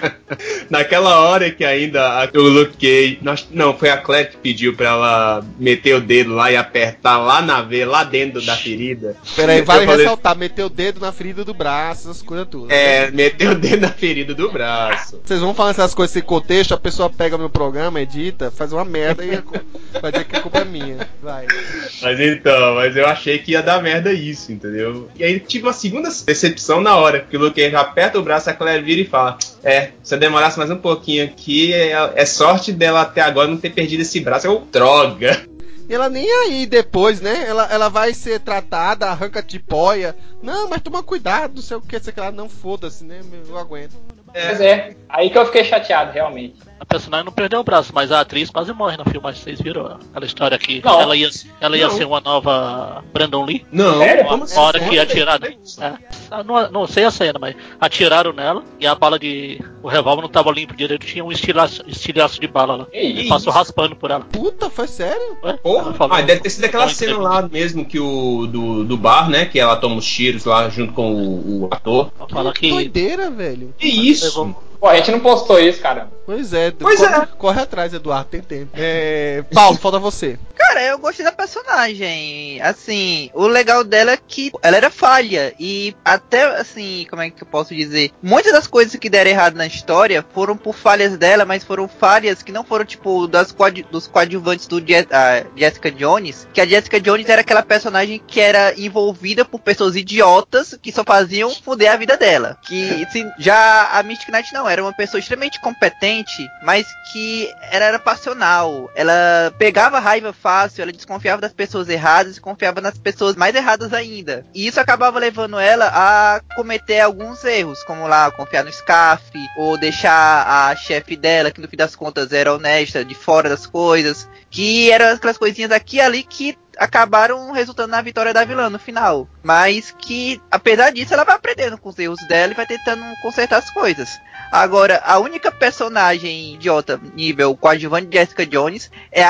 Naquela hora que ainda a, o Luke Cage, nós, não, foi a Claire que pediu pra ela meter o dedo lá e apertar lá na veia, lá dentro da ferida. Peraí, vale falei, ressaltar, meter o dedo na ferida do braço, essas coisas tudo. É, né? Meter o dedo na ferida do braço. Vocês vão falando essas coisas sem contexto, a pessoa pega meu programa, edita, faz uma merda e vai dizer que a culpa é minha. Vai. Mas então, mas eu achei que ia dar merda isso, entendeu? E aí tive uma segunda decepção na hora, que o Luke Cage aperta o braço, a Claire vira e fala, é, se eu demorasse mais um pouquinho aqui, é, é sorte dela até agora não ter perdido esse braço. Eu, droga! E ela nem aí depois, né? Ela, ela vai ser tratada, arranca tipóia. Não, mas toma cuidado, não sei o que, sei lá, não foda-se, né? Eu aguento. É. Pois é, aí que eu fiquei chateado, realmente. A personagem não perdeu o braço, mas a atriz quase morre no filme. Vocês viram aquela história que não. ela ia, ela ia ser uma nova Brandon Lee? Não, é, uma assim? hora que atiraram. É, não, não sei a cena, mas atiraram nela e a bala de. O revólver não tava limpo direito, tinha um estilhaço, estilhaço de bala lá. E passou raspando por ela. Puta, foi sério? É? Porra, falou, ah, deve ter sido aquela cena lá mesmo que o do, do bar, né? Que ela toma os tiros lá junto com o, o ator. Fala que doideira, velho. Que isso? Pô, a gente não postou isso, cara. Pois é, pois corre, é. corre atrás, Eduardo, tem tempo. É, Paulo, falta você. Cara, eu gostei da personagem. Assim, o legal dela é que ela era falha. E até, assim, como é que eu posso dizer? Muitas das coisas que deram errado na história foram por falhas dela, mas foram falhas que não foram, tipo, das coad- dos coadjuvantes do Je- a Jessica Jones. Que a Jessica Jones era aquela personagem que era envolvida por pessoas idiotas que só faziam foder a vida dela. Que, assim, já a Mystic Knight não, era uma pessoa extremamente competente, mas que ela era passional. Ela pegava raiva fácil, ela desconfiava das pessoas erradas e confiava nas pessoas mais erradas ainda. E isso acabava levando ela a cometer alguns erros, como lá, confiar no Scarfe, ou deixar a chefe dela, que no fim das contas era honesta, de fora das coisas, que eram aquelas coisinhas aqui e ali que acabaram resultando na vitória da vilã no final. Mas que, apesar disso, ela vai aprendendo com os erros dela e vai tentando consertar as coisas. Agora, a única personagem idiota nível coadjuvante de Jessica Jones é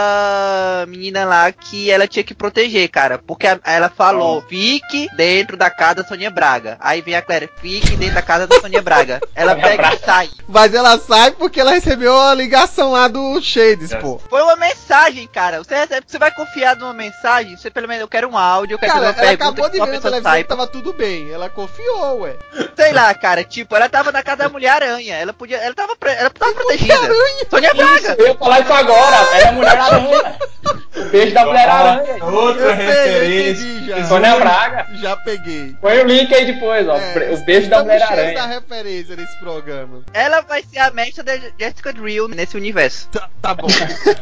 aquela menina lá que ela tinha que proteger, cara. Porque a, ela falou, oh. fique dentro da casa da Sônia Braga. Aí vem a Claire, fique dentro da casa da Sônia Braga. Ela pega e sai. Mas ela sai porque ela recebeu a ligação lá do Shades, pô. Foi uma mensagem, cara. Você recebe, você vai confiar numa mensagem? Você pelo menos, eu quero um áudio, eu quero cara, que uma ela pergunta, acabou de ver na televisão saiba. que tava tudo bem. Ela confiou, ué. Sei lá, cara, tipo, ela tava na casa da Mulher-Aranha. Ela podia. Ela tava, ela tava protegida. Mulher-Aranha. Sônia Braga. Eu ia falar isso agora. Ela é Mulher-Aranha. beijo da Mulher-Aranha. Outra Eu sei, eu referência. entendi já. Sônia Braga. Já peguei. Põe o link aí depois, ó. É, o beijo da estamos cheios da Mulher-Aranha. referência nesse programa. Ela vai ser a mestra da Jessica Drill nesse universo. Tá, tá bom.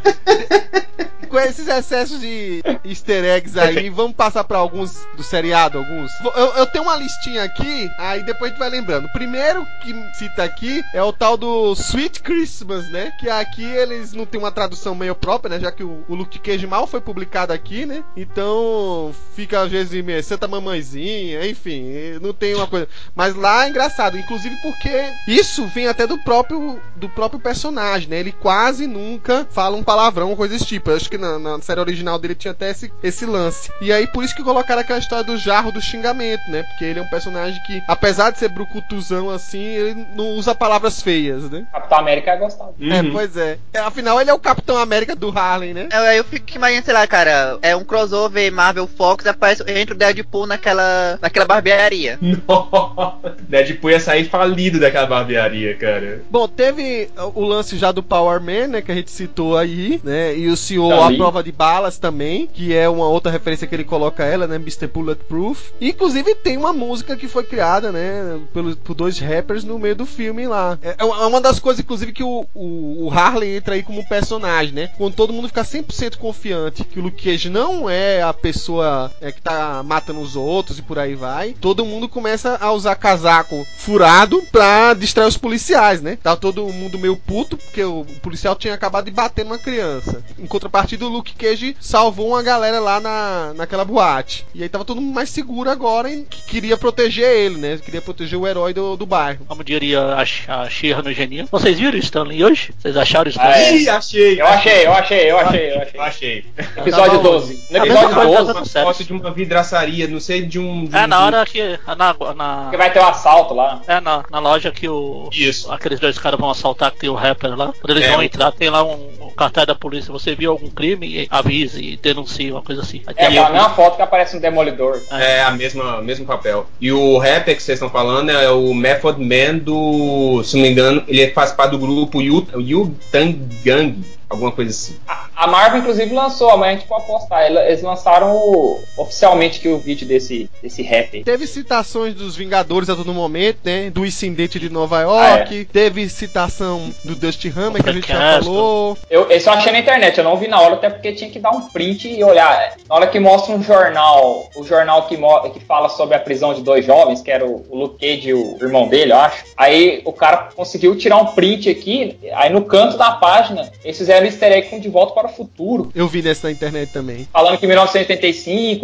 Com esses excessos de easter eggs aí, vamos passar pra alguns do seriado, alguns. Eu, eu tenho uma listinha aqui, aí depois a gente vai lembrando. O primeiro que cita aqui é o tal do Sweet Christmas, né? Que aqui eles não tem uma tradução meio própria, né? Já que o, o Luke Cage mal foi publicado aqui, né? Então fica às vezes meio Santa Mamãezinha, enfim, não tem uma coisa. Mas lá é engraçado, inclusive porque isso vem até do próprio do próprio personagem, né? Ele quase nunca fala um palavrão ou coisa desse tipo. Eu acho que na, na série original dele tinha até esse, esse lance. E aí por isso que colocaram aquela história do jarro do xingamento, né? Porque ele é um personagem que, apesar de ser brucutuzão assim, ele não usa palavras feias, né? Capitão América é gostado. Uhum. É, pois é. é. Afinal, ele é o Capitão América do Harlem, né? Eu, eu fico imaginando, sei lá, cara, é um crossover Marvel Fox, aparece, entra o Deadpool naquela, naquela barbearia. Nossa, Deadpool ia sair falido daquela barbearia, cara. Bom, teve o lance já do Power Man, né? Que a gente citou aí, né? E o senhor Tá A ali. Prova de Balas também, que é uma outra referência que ele coloca ela, né? mister Bulletproof. E, inclusive, tem uma música que foi criada, né? Pelo, por dois rappers no meio do filme lá. É, é uma das coisas, inclusive, que o, o, o Harley entra aí como personagem, né? Quando todo mundo fica cem por cento confiante que o Luke Cage não é a pessoa é, que tá matando os outros e por aí vai, todo mundo começa a usar casaco furado pra distrair os policiais, né? Tá todo mundo meio puto, porque o policial tinha acabado de bater numa criança. Em contrapartida, o Luke Cage salvou uma galera lá na, naquela boate. E aí tava todo mundo mais seguro agora, e que queria proteger ele, né? Queria proteger o herói do, do bairro. Como diria a, a She-Ra no Geninho. Vocês viram o Stanley hoje? Vocês acharam o Stanley? Ah, é. Ih, achei. Eu achei, eu achei, eu achei, eu achei. Eu achei. Episódio doze. No A episódio mesma coisa doze, tá- Uma foto de uma vidraçaria, não sei, de um... De É um- na hora que. Na, na, que vai ter o assalto lá. é na, na loja que o. Isso. Aqueles dois caras vão assaltar, que tem o rapper lá. Quando eles É, vão o- entrar, tem lá um, um cartaz da polícia. Você viu algum crime? Avise e denuncie, uma coisa assim. Aí É, tem aquela o- mesma foto que aparece um demolidor. É, a mesma, mesmo papel. E o rapper que vocês estão falando é o Method Man do... Se não me engano, ele faz parte do grupo Wu-Tang Gang. Alguma coisa assim. A, a Marvel, inclusive, lançou, amanhã a gente pode postar. Ela- Eles lançaram o- oficialmente que o vídeo desse, desse rap aí. Teve citações dos Vingadores a todo momento, né? Do incidente de Nova York. Ah, Teve citação do Dusty Hammer, que a gente já Castle. falou. Eu, esse eu achei na internet, eu não vi na hora, até porque tinha que dar um print e olhar. Na hora que mostra um jornal, o jornal que, mo- que fala sobre a prisão de dois jovens, que era o, o Luke Cage e o irmão dele, eu acho. Aí o cara conseguiu tirar um print aqui, aí no canto da página, eles fizeram easter egg com De Volta para o Futuro. Eu vi nessa na internet também. Falando que em mil novecentos e oitenta e cinco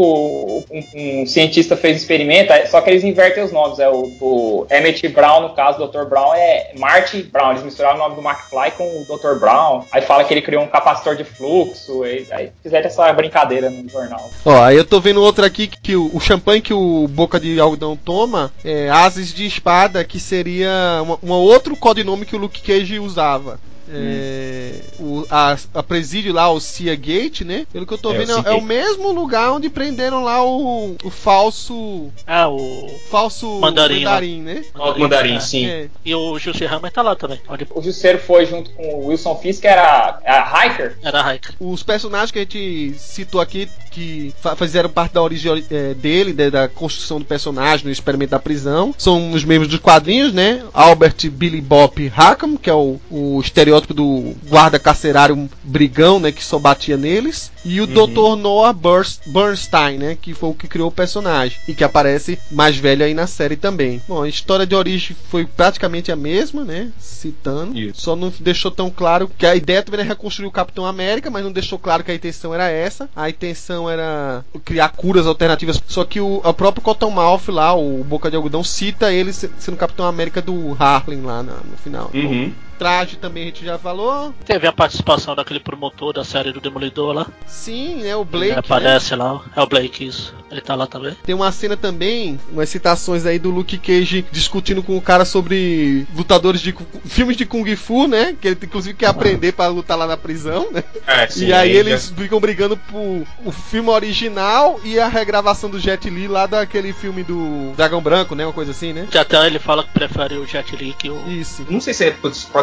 um, um cientista fez experimento, só que eles invertem os nomes. É o, o Emmett Brown, no caso, o doutor Brown, é Marty Brown. Eles misturaram o nome do McFly com o doutor Brown. Aí fala que ele criou um capacitor de fluxo. Aí, aí fizeram essa brincadeira no jornal. Ó, aí eu tô vendo outra aqui que, que o, o champanhe que o Boca de Algodão toma é Ases de Espada, que seria um outro codinome que o Luke Cage usava. É, o, a, a presídio lá, o Sea Gate, né? Pelo que eu tô É, vendo, o é, Sea é o Gate. mesmo lugar onde prenderam lá o, o falso. É, o. Falso Mandarim lá. mandarim, né? O Mandarim, É. sim. É. E o Jussi Hammer tá lá também. Onde O Jusceiro foi junto com o Wilson Fisk, que era a Hiker. era a Hiker. Os personagens que a gente citou aqui, que fa- fizeram parte da origem eh, dele, da, da construção do personagem, no experimento da prisão, são os membros dos quadrinhos, né? Albert Billy Bob Rackham, que é o, o estereótipo do guarda carcerário brigão, né? Que só batia neles. E o doutor Noah Burst- Bernstein, né? Que foi o que criou o personagem. E que aparece mais velho aí na série também. Bom, a história de origem foi praticamente a mesma, né? Citando. Isso. Só não deixou tão claro que a ideia também era reconstruir o Capitão América, mas não deixou claro que a intenção era essa. A intenção era criar curas alternativas. Só que o, o próprio Cottonmouth lá, o Boca de Algodão, cita ele se- sendo Capitão América do Harlem lá na- no final. Uhum. Traje também a gente já falou. Teve a participação daquele promotor da série do Demolidor lá. Sim, né? O Ele Blake. Né? aparece lá. É o Blake, isso. Ele tá lá também. Tem uma cena também, umas citações aí do Luke Cage discutindo com o cara sobre lutadores de cu- filmes de Kung Fu, né? Que ele inclusive quer aprender pra lutar lá na prisão, né? É, sim, E aí aí eles já- ficam brigando por o filme original e a regravação do Jet Li lá daquele filme do Dragão Branco, né? Uma coisa assim, né? Que até ele fala que prefere o Jet Li que o. Isso. Não sei se é- pode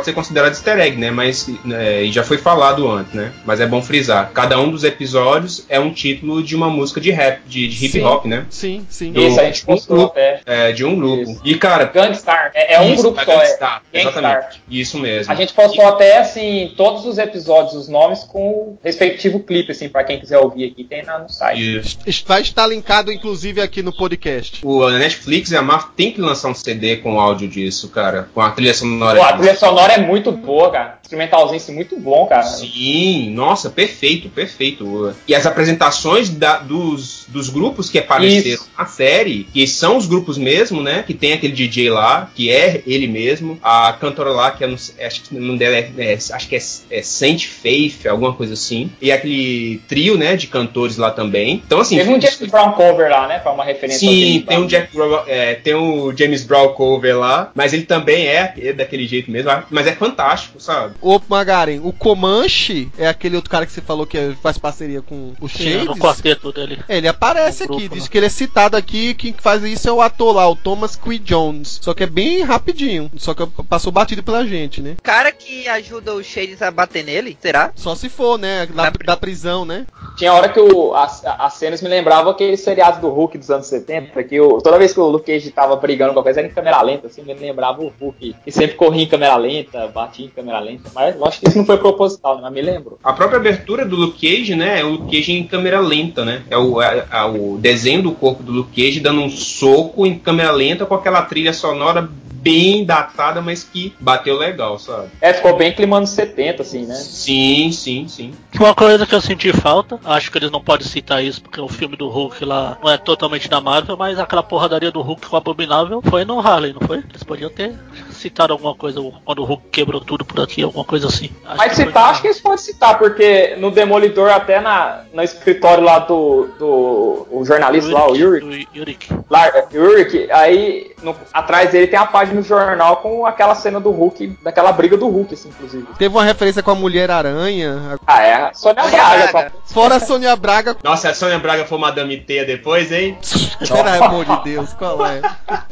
pode ser considerado easter egg, né? Mas é, já foi falado antes, né? Mas é bom frisar. Cada um dos episódios é um título de uma música de rap, de, de hip hop, né? Sim, sim. Do, Isso, a gente postou um até. É, de um grupo. Isso. E, cara... Gangstar. É, é um isso, grupo é só. Gangstar, É exatamente. Gangstar. Isso mesmo. A gente postou e... até, assim, todos os episódios, os nomes com o respectivo clipe, assim, pra quem quiser ouvir aqui, tem lá no site. Isso. Vai estar linkado, inclusive, aqui no podcast. O a Netflix e a Marvel tem que lançar um C D com áudio disso, cara. Com a trilha sonora. Pô, a trilha sonora é muito boa, cara. Instrumentalzinho assim, muito bom, cara. Sim, nossa, perfeito, perfeito. E as apresentações da, dos, dos grupos que apareceram Isso. na série, que são os grupos mesmo, né? Que tem aquele D J lá, que é ele mesmo. A cantora lá, que eu não, acho que o nome dela é, é, acho que é, é Saint Faith, alguma coisa assim. E aquele trio, né, de cantores lá também. Então, assim... Teve um James Brown cover lá, né? Pra uma referência Sim, tem um, Jack, é, tem um James Brown cover lá, mas ele também é, é daquele jeito mesmo, mas é fantástico, sabe? Ô, Magaren, o Comanche é aquele outro cara que você falou que faz parceria com o Shades. No quarteto dele. Ele aparece no aqui, grupo, diz né? que ele é citado aqui, quem faz isso é o ator lá, o Thomas Q. Jones. Só que é bem rapidinho, só que passou batido pela gente, né? Cara que ajuda o Shades a bater nele, será? Só se for, né? Da, Na... da prisão, né? Tinha hora que o, as, as cenas me lembravam aquele seriado do Hulk dos anos setenta, que o, toda vez que o Luke Cage tava brigando com alguma coisa era em câmera lenta, assim, me lembrava o Hulk. E sempre corria em câmera lenta, batia em câmera lenta, mas eu acho que isso não foi proposital, né? Mas me lembro. A própria abertura do Luke Cage, né, é o Luke Cage em câmera lenta, né? É o, é, é o desenho do corpo do Luke Cage dando um soco em câmera lenta com aquela trilha sonora bem datada, mas que bateu legal, sabe? É, ficou bem clima anos setenta, assim, né? Sim, sim, sim. Uma coisa que eu senti falta, acho que eles não podem citar isso porque o filme do Hulk lá não é totalmente da Marvel, mas aquela porradaria do Hulk com o Abominável foi no Harley, não foi? Eles podiam ter citado alguma coisa quando o Hulk quebrou tudo por aqui, alguma coisa assim. Acho mas que citar, acho que eles podem citar, porque no Demolidor, até na, no escritório lá do, do o jornalista lá, o Yurik, Yurik. Lá, Yurik, aí no, atrás dele tem a página no jornal com aquela cena do Hulk, daquela briga do Hulk, assim, inclusive. Teve uma referência com a Mulher-Aranha. Ah, é a Sônia Braga. Braga. Fora a Sônia Braga. Nossa, a Sônia Braga foi Madame Teia depois, hein? Pelo amor de Deus, qual é?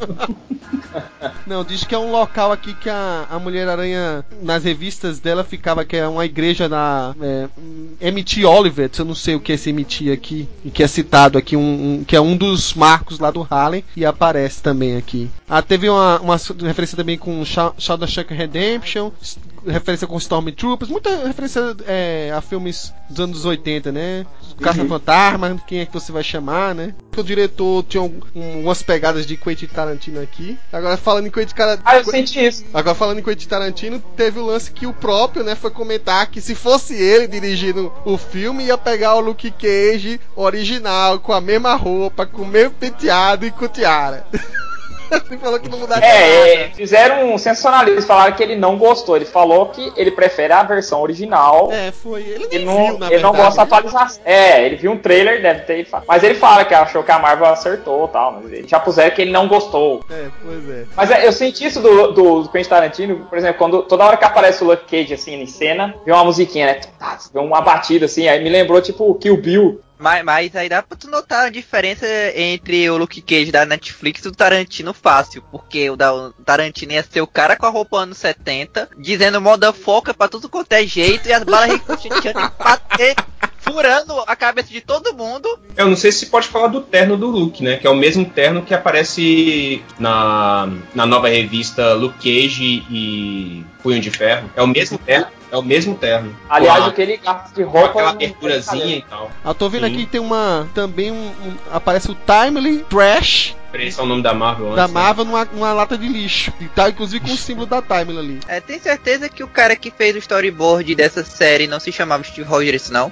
Não, diz que é um local aqui que a, a Mulher-Aranha, nas revistas dela, ficava, que é uma igreja na é, M T Olivet, eu não sei o que é esse M T aqui, e que é citado aqui, um, um, que é um dos marcos lá do Harlem, e aparece também aqui. Ah, teve uma, uma referência também com Shawshank Redemption, referência com Stormtroopers, muita referência é, a filmes dos anos oitenta, né? Caça-Fantasma, quem é que você vai chamar, né? O diretor tinha um, um, umas pegadas de Quentin Tarantino aqui. Agora falando em Quentin Tarantino... Ah, eu senti isso. Agora falando em Quentin Tarantino, teve o lance que o próprio, né, foi comentar que se fosse ele dirigindo o filme, ia pegar o Luke Cage original, com a mesma roupa, com o mesmo penteado e com tiara. Ele falou que não mudaria é, nada. Fizeram um sensacionalismo, falaram que ele não gostou. Ele falou que ele prefere a versão original. É, foi. Ele, ele não, não, viu, na ele verdade, não gosta da atualização. É, ele viu um trailer, deve ter. Mas ele fala que achou que a Marvel acertou e tal. Mas ele já puseram que ele não gostou. É, pois é. Mas é, eu senti isso do, do, do Quentin Tarantino, por exemplo, quando toda hora que aparece o Luke Cage assim em cena, vê uma musiquinha, né? Vê uma batida assim, aí me lembrou tipo o Kill Bill. Mas, mas aí dá pra tu notar a diferença entre o Luke Cage da Netflix e o Tarantino fácil. Porque o da o Tarantino ia ser o cara com a roupa anos setenta, dizendo moda foca pra tudo quanto é jeito, e as balas ricocheteando e bater, furando a cabeça de todo mundo. Eu não sei se pode falar do terno do Luke, né? Que é o mesmo terno que aparece na, na nova revista Luke Cage e Punho de Ferro. É o mesmo terno. É o mesmo terno. Aliás, o que ele gasta de roupa... Com aquela aberturazinha e tal. Eu tô vendo Sim. aqui que tem uma... Também um, um... Aparece o Timely Trash. Esse é o nome da Marvel antes, Da Marvel né? numa, numa lata de lixo. E tá inclusive com o símbolo da Timely ali. É, tem certeza que o cara que fez o storyboard dessa série não se chamava Steve Rogers, não?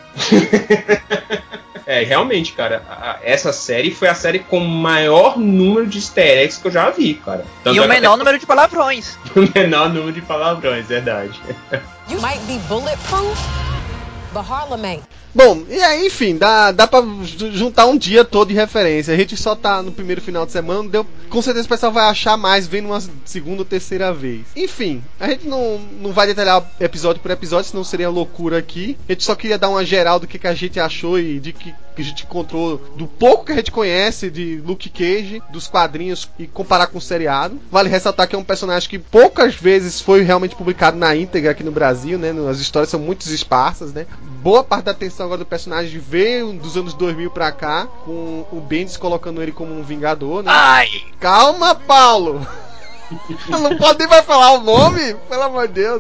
É, realmente, cara, a, essa série foi a série com o maior número de easter eggs que eu já vi, cara. Tanto e o é menor até... número de palavrões. o menor número de palavrões, verdade. You might be bulletproof, but Harlem ain't. Bom, e aí, enfim, dá, dá pra juntar um dia todo de referência. A gente só tá no primeiro final de semana, deu, com certeza o pessoal vai achar mais vendo uma segunda ou terceira vez. Enfim, a gente não, não vai detalhar episódio por episódio, senão seria loucura aqui. A gente só queria dar uma geral do que, que a gente achou e de que que a gente encontrou, do pouco que a gente conhece de Luke Cage, dos quadrinhos, e comparar com o seriado. Vale ressaltar que é um personagem que poucas vezes foi realmente publicado na íntegra aqui no Brasil, né? As histórias são muito esparsas, né? Boa parte da atenção agora do personagem veio dos anos dois mil pra cá, com o Bendis colocando ele como um vingador, né? Ai! Calma, Paulo! Não pode nem mais falar o nome, pelo amor de Deus.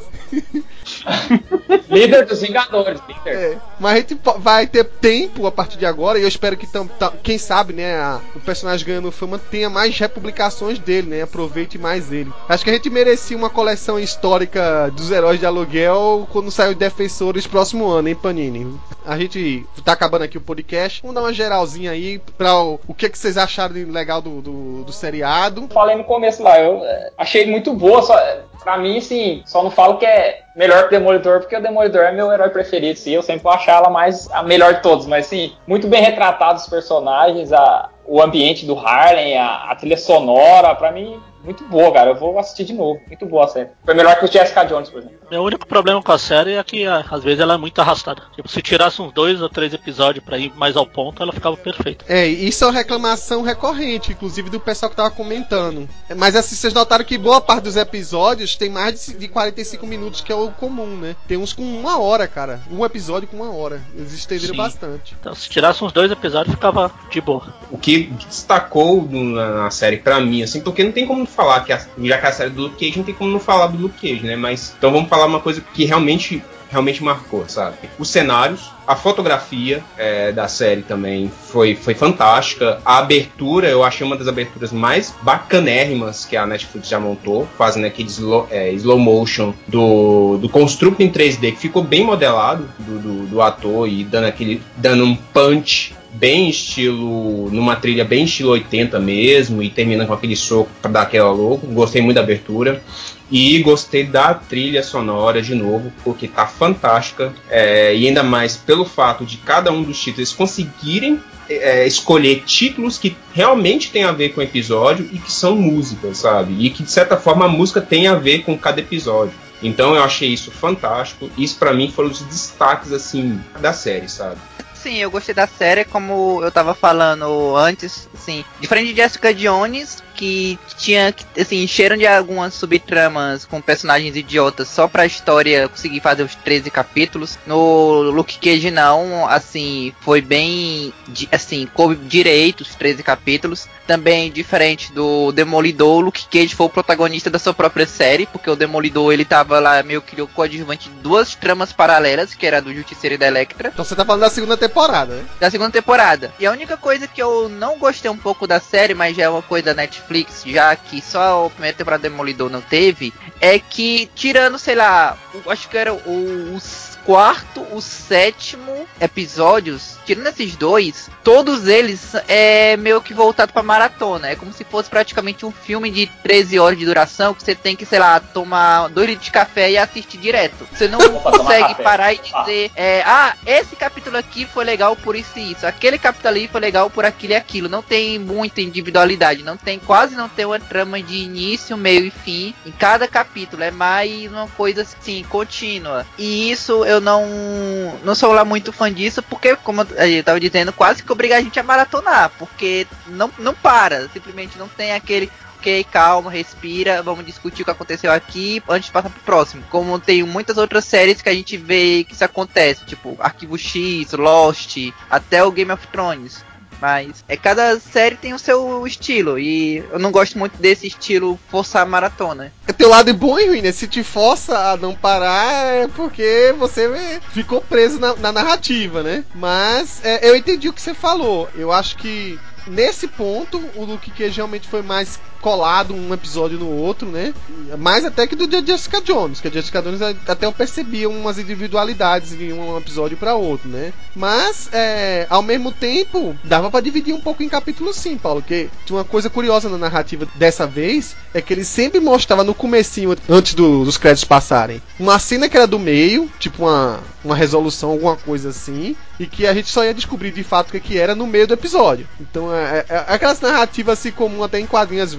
Líder dos Vingadores, líder. É, mas a gente vai ter tempo a partir de agora, e eu espero que, tam, tam, quem sabe, né, a, o personagem ganhando fama tenha mais republicações dele, né, aproveite mais ele. Acho que a gente merecia uma coleção histórica dos heróis de aluguel quando sair o Defensores próximo ano, hein, Panini? A gente tá acabando aqui o podcast, vamos dar uma geralzinha aí pra o, o que, que vocês acharam de legal do, do, do seriado. Falei no começo lá, eu é, achei muito boa, só, pra mim, sim, só não falo que é melhor que o Demolidor, porque o Demolidor é meu herói preferido, sim, eu sempre vou achar ela mais a melhor de todos, mas sim, muito bem retratados os personagens, a, o ambiente do Harlem, a, a trilha sonora, pra mim, muito boa, cara, eu vou assistir de novo, muito boa a série. Foi melhor que o Jessica Jones, por exemplo. Meu único problema com a série é que às vezes ela é muito arrastada. Tipo, se tirasse uns dois ou três episódios pra ir mais ao ponto, ela ficava perfeita. É, isso é uma reclamação recorrente, inclusive do pessoal que tava comentando. Mas assim, vocês notaram que boa parte dos episódios tem mais de quarenta e cinco minutos, que é o comum, né? Tem uns com uma hora, cara. Um episódio com uma hora. Eles estenderam Sim. bastante. Então, se tirasse uns dois episódios, ficava de boa. O que destacou na, na série pra mim, assim, porque não tem como não falar, que a, já que a série do Luke Cage, não tem como não falar do Luke Cage, né? Mas, então vamos falar uma coisa que realmente, realmente marcou, sabe? Os cenários, a fotografia é, da série também foi, foi fantástica. A abertura, eu achei uma das aberturas mais bacanérrimas que a Netflix já montou, fazendo aquele slow, é, slow motion do, do construto em três D, que ficou bem modelado do, do, do ator e dando, aquele, dando um punch bem estilo, numa trilha bem estilo oitenta mesmo, e terminando com aquele soco pra dar aquela louco. Gostei muito da abertura. E gostei da trilha sonora de novo, porque tá fantástica, é, e ainda mais pelo fato de cada um dos títulos conseguirem é, escolher títulos que realmente tem a ver com o episódio e que são músicas, sabe? E que de certa forma a música tem a ver com cada episódio. Então eu achei isso fantástico. Isso pra mim foram os destaques assim da série, sabe? Sim, eu gostei da série, como eu tava falando antes, assim, diferente de Jessica Jones, que tinha, assim, encheram de algumas subtramas com personagens idiotas só pra história conseguir fazer os treze capítulos. No Luke Cage não, assim, foi bem, assim, coube direito os treze capítulos. Também diferente do Demolidor, o Luke Cage foi o protagonista da sua própria série, porque o Demolidor, ele tava lá meio que coadjuvante de duas tramas paralelas, que era do Justiceiro e da Electra. Então você tá falando da segunda temporada, né? Da segunda temporada. E a única coisa que eu não gostei um pouco da série, mas já é uma coisa da Netflix, já que só a primeira temporada do Demolidor não teve, é que, tirando, sei lá, acho que era o, os quarto, o sétimo episódios, tirando esses dois, todos eles é meio que voltado pra maratona. É como se fosse praticamente um filme de treze horas de duração, que você tem que, sei lá, tomar dois litros de café e assistir direto. Você não consegue parar e dizer, é, ah, esse capítulo aqui foi legal por isso e isso, aquele capítulo ali foi legal por aquilo e aquilo. Não tem muita individualidade, não tem, quase não tem uma trama de início, meio e fim em cada capítulo. É mais uma coisa assim, contínua. E isso eu não, não sou lá muito fã disso, porque, como eu tava dizendo, quase que obriga a gente a maratonar, porque não, não para, simplesmente não tem aquele ok, calma, respira, vamos discutir o que aconteceu aqui antes de passar pro próximo. Como tem muitas outras séries que a gente vê que isso acontece, tipo Arquivo X, Lost, até o Game of Thrones. Mas é, cada série tem o seu estilo, e eu não gosto muito desse estilo forçar a maratona. É teu lado bom e ruim, né? Se te força a não parar é porque você ficou preso na, na narrativa, né? Mas é, eu entendi o que você falou. Eu acho que nesse ponto o Luke Cage realmente foi mais colado um episódio no outro, né? Mais até que do Jessica Jones, que a Jessica Jones até eu percebia umas individualidades de um episódio para outro, né? Mas é, ao mesmo tempo dava para dividir um pouco em capítulos, sim, Paulo, que tinha uma coisa curiosa na narrativa dessa vez, é que ele sempre mostrava no comecinho, antes do, dos créditos passarem, uma cena que era do meio, tipo uma, uma resolução, alguma coisa assim, e que a gente só ia descobrir de fato o que, que era no meio do episódio. Então é, é, é aquelas narrativas assim comum até em quadrinhos às vezes,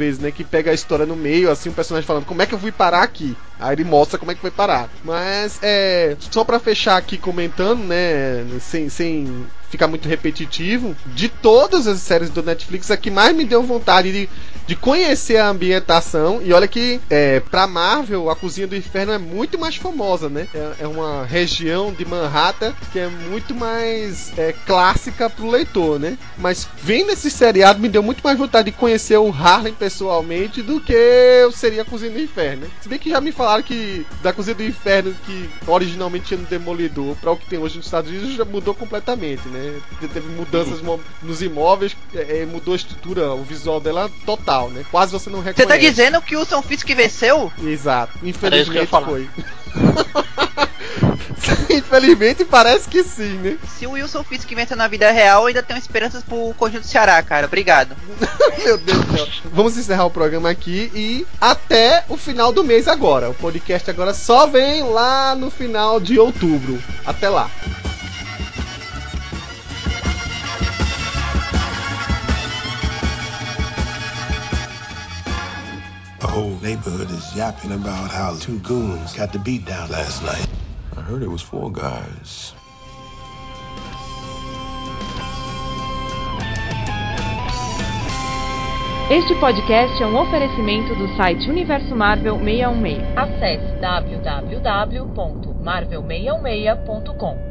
vezes, né? Que pega a história no meio, assim, o personagem falando, como é que eu fui parar aqui? Aí ele mostra como é que foi parar. Mas, é... Só pra fechar aqui comentando, né? Sem... sem... ficar muito repetitivo, de todas as séries do Netflix, a que mais me deu vontade de, de conhecer a ambientação, e olha que é, pra Marvel, a Cozinha do Inferno é muito mais famosa, né? É, é uma região de Manhattan que é muito mais é, clássica pro leitor, né? Mas vendo esse seriado, me deu muito mais vontade de conhecer o Harlem pessoalmente do que eu seria a Cozinha do Inferno, né? Se bem que já me falaram que da Cozinha do Inferno, que originalmente tinha no Demolidor, pra o que tem hoje nos Estados Unidos, já mudou completamente, né? Teve mudanças nos imóveis, é, mudou a estrutura, o visual dela total, né? Quase você não reconhece. Você tá dizendo que o Wilson Fisk venceu? Exato, Era isso que eu infelizmente ia falar. foi. Infelizmente parece que sim, né? Se o Wilson Fisk venceu na vida real, eu ainda tenho esperanças pro Conjunto Ceará, cara. Obrigado. Meu Deus do céu. Vamos encerrar o programa aqui e até o final do mês agora. O podcast agora só vem lá no final de outubro. Até lá. The whole neighborhood is yapping about how two goons got the beat down last night. I heard it was four guys. Este podcast é um oferecimento do site Universo Marvel seiscentos e dezesseis. Acesse w w w ponto marvel seiscentos e sessenta ponto com.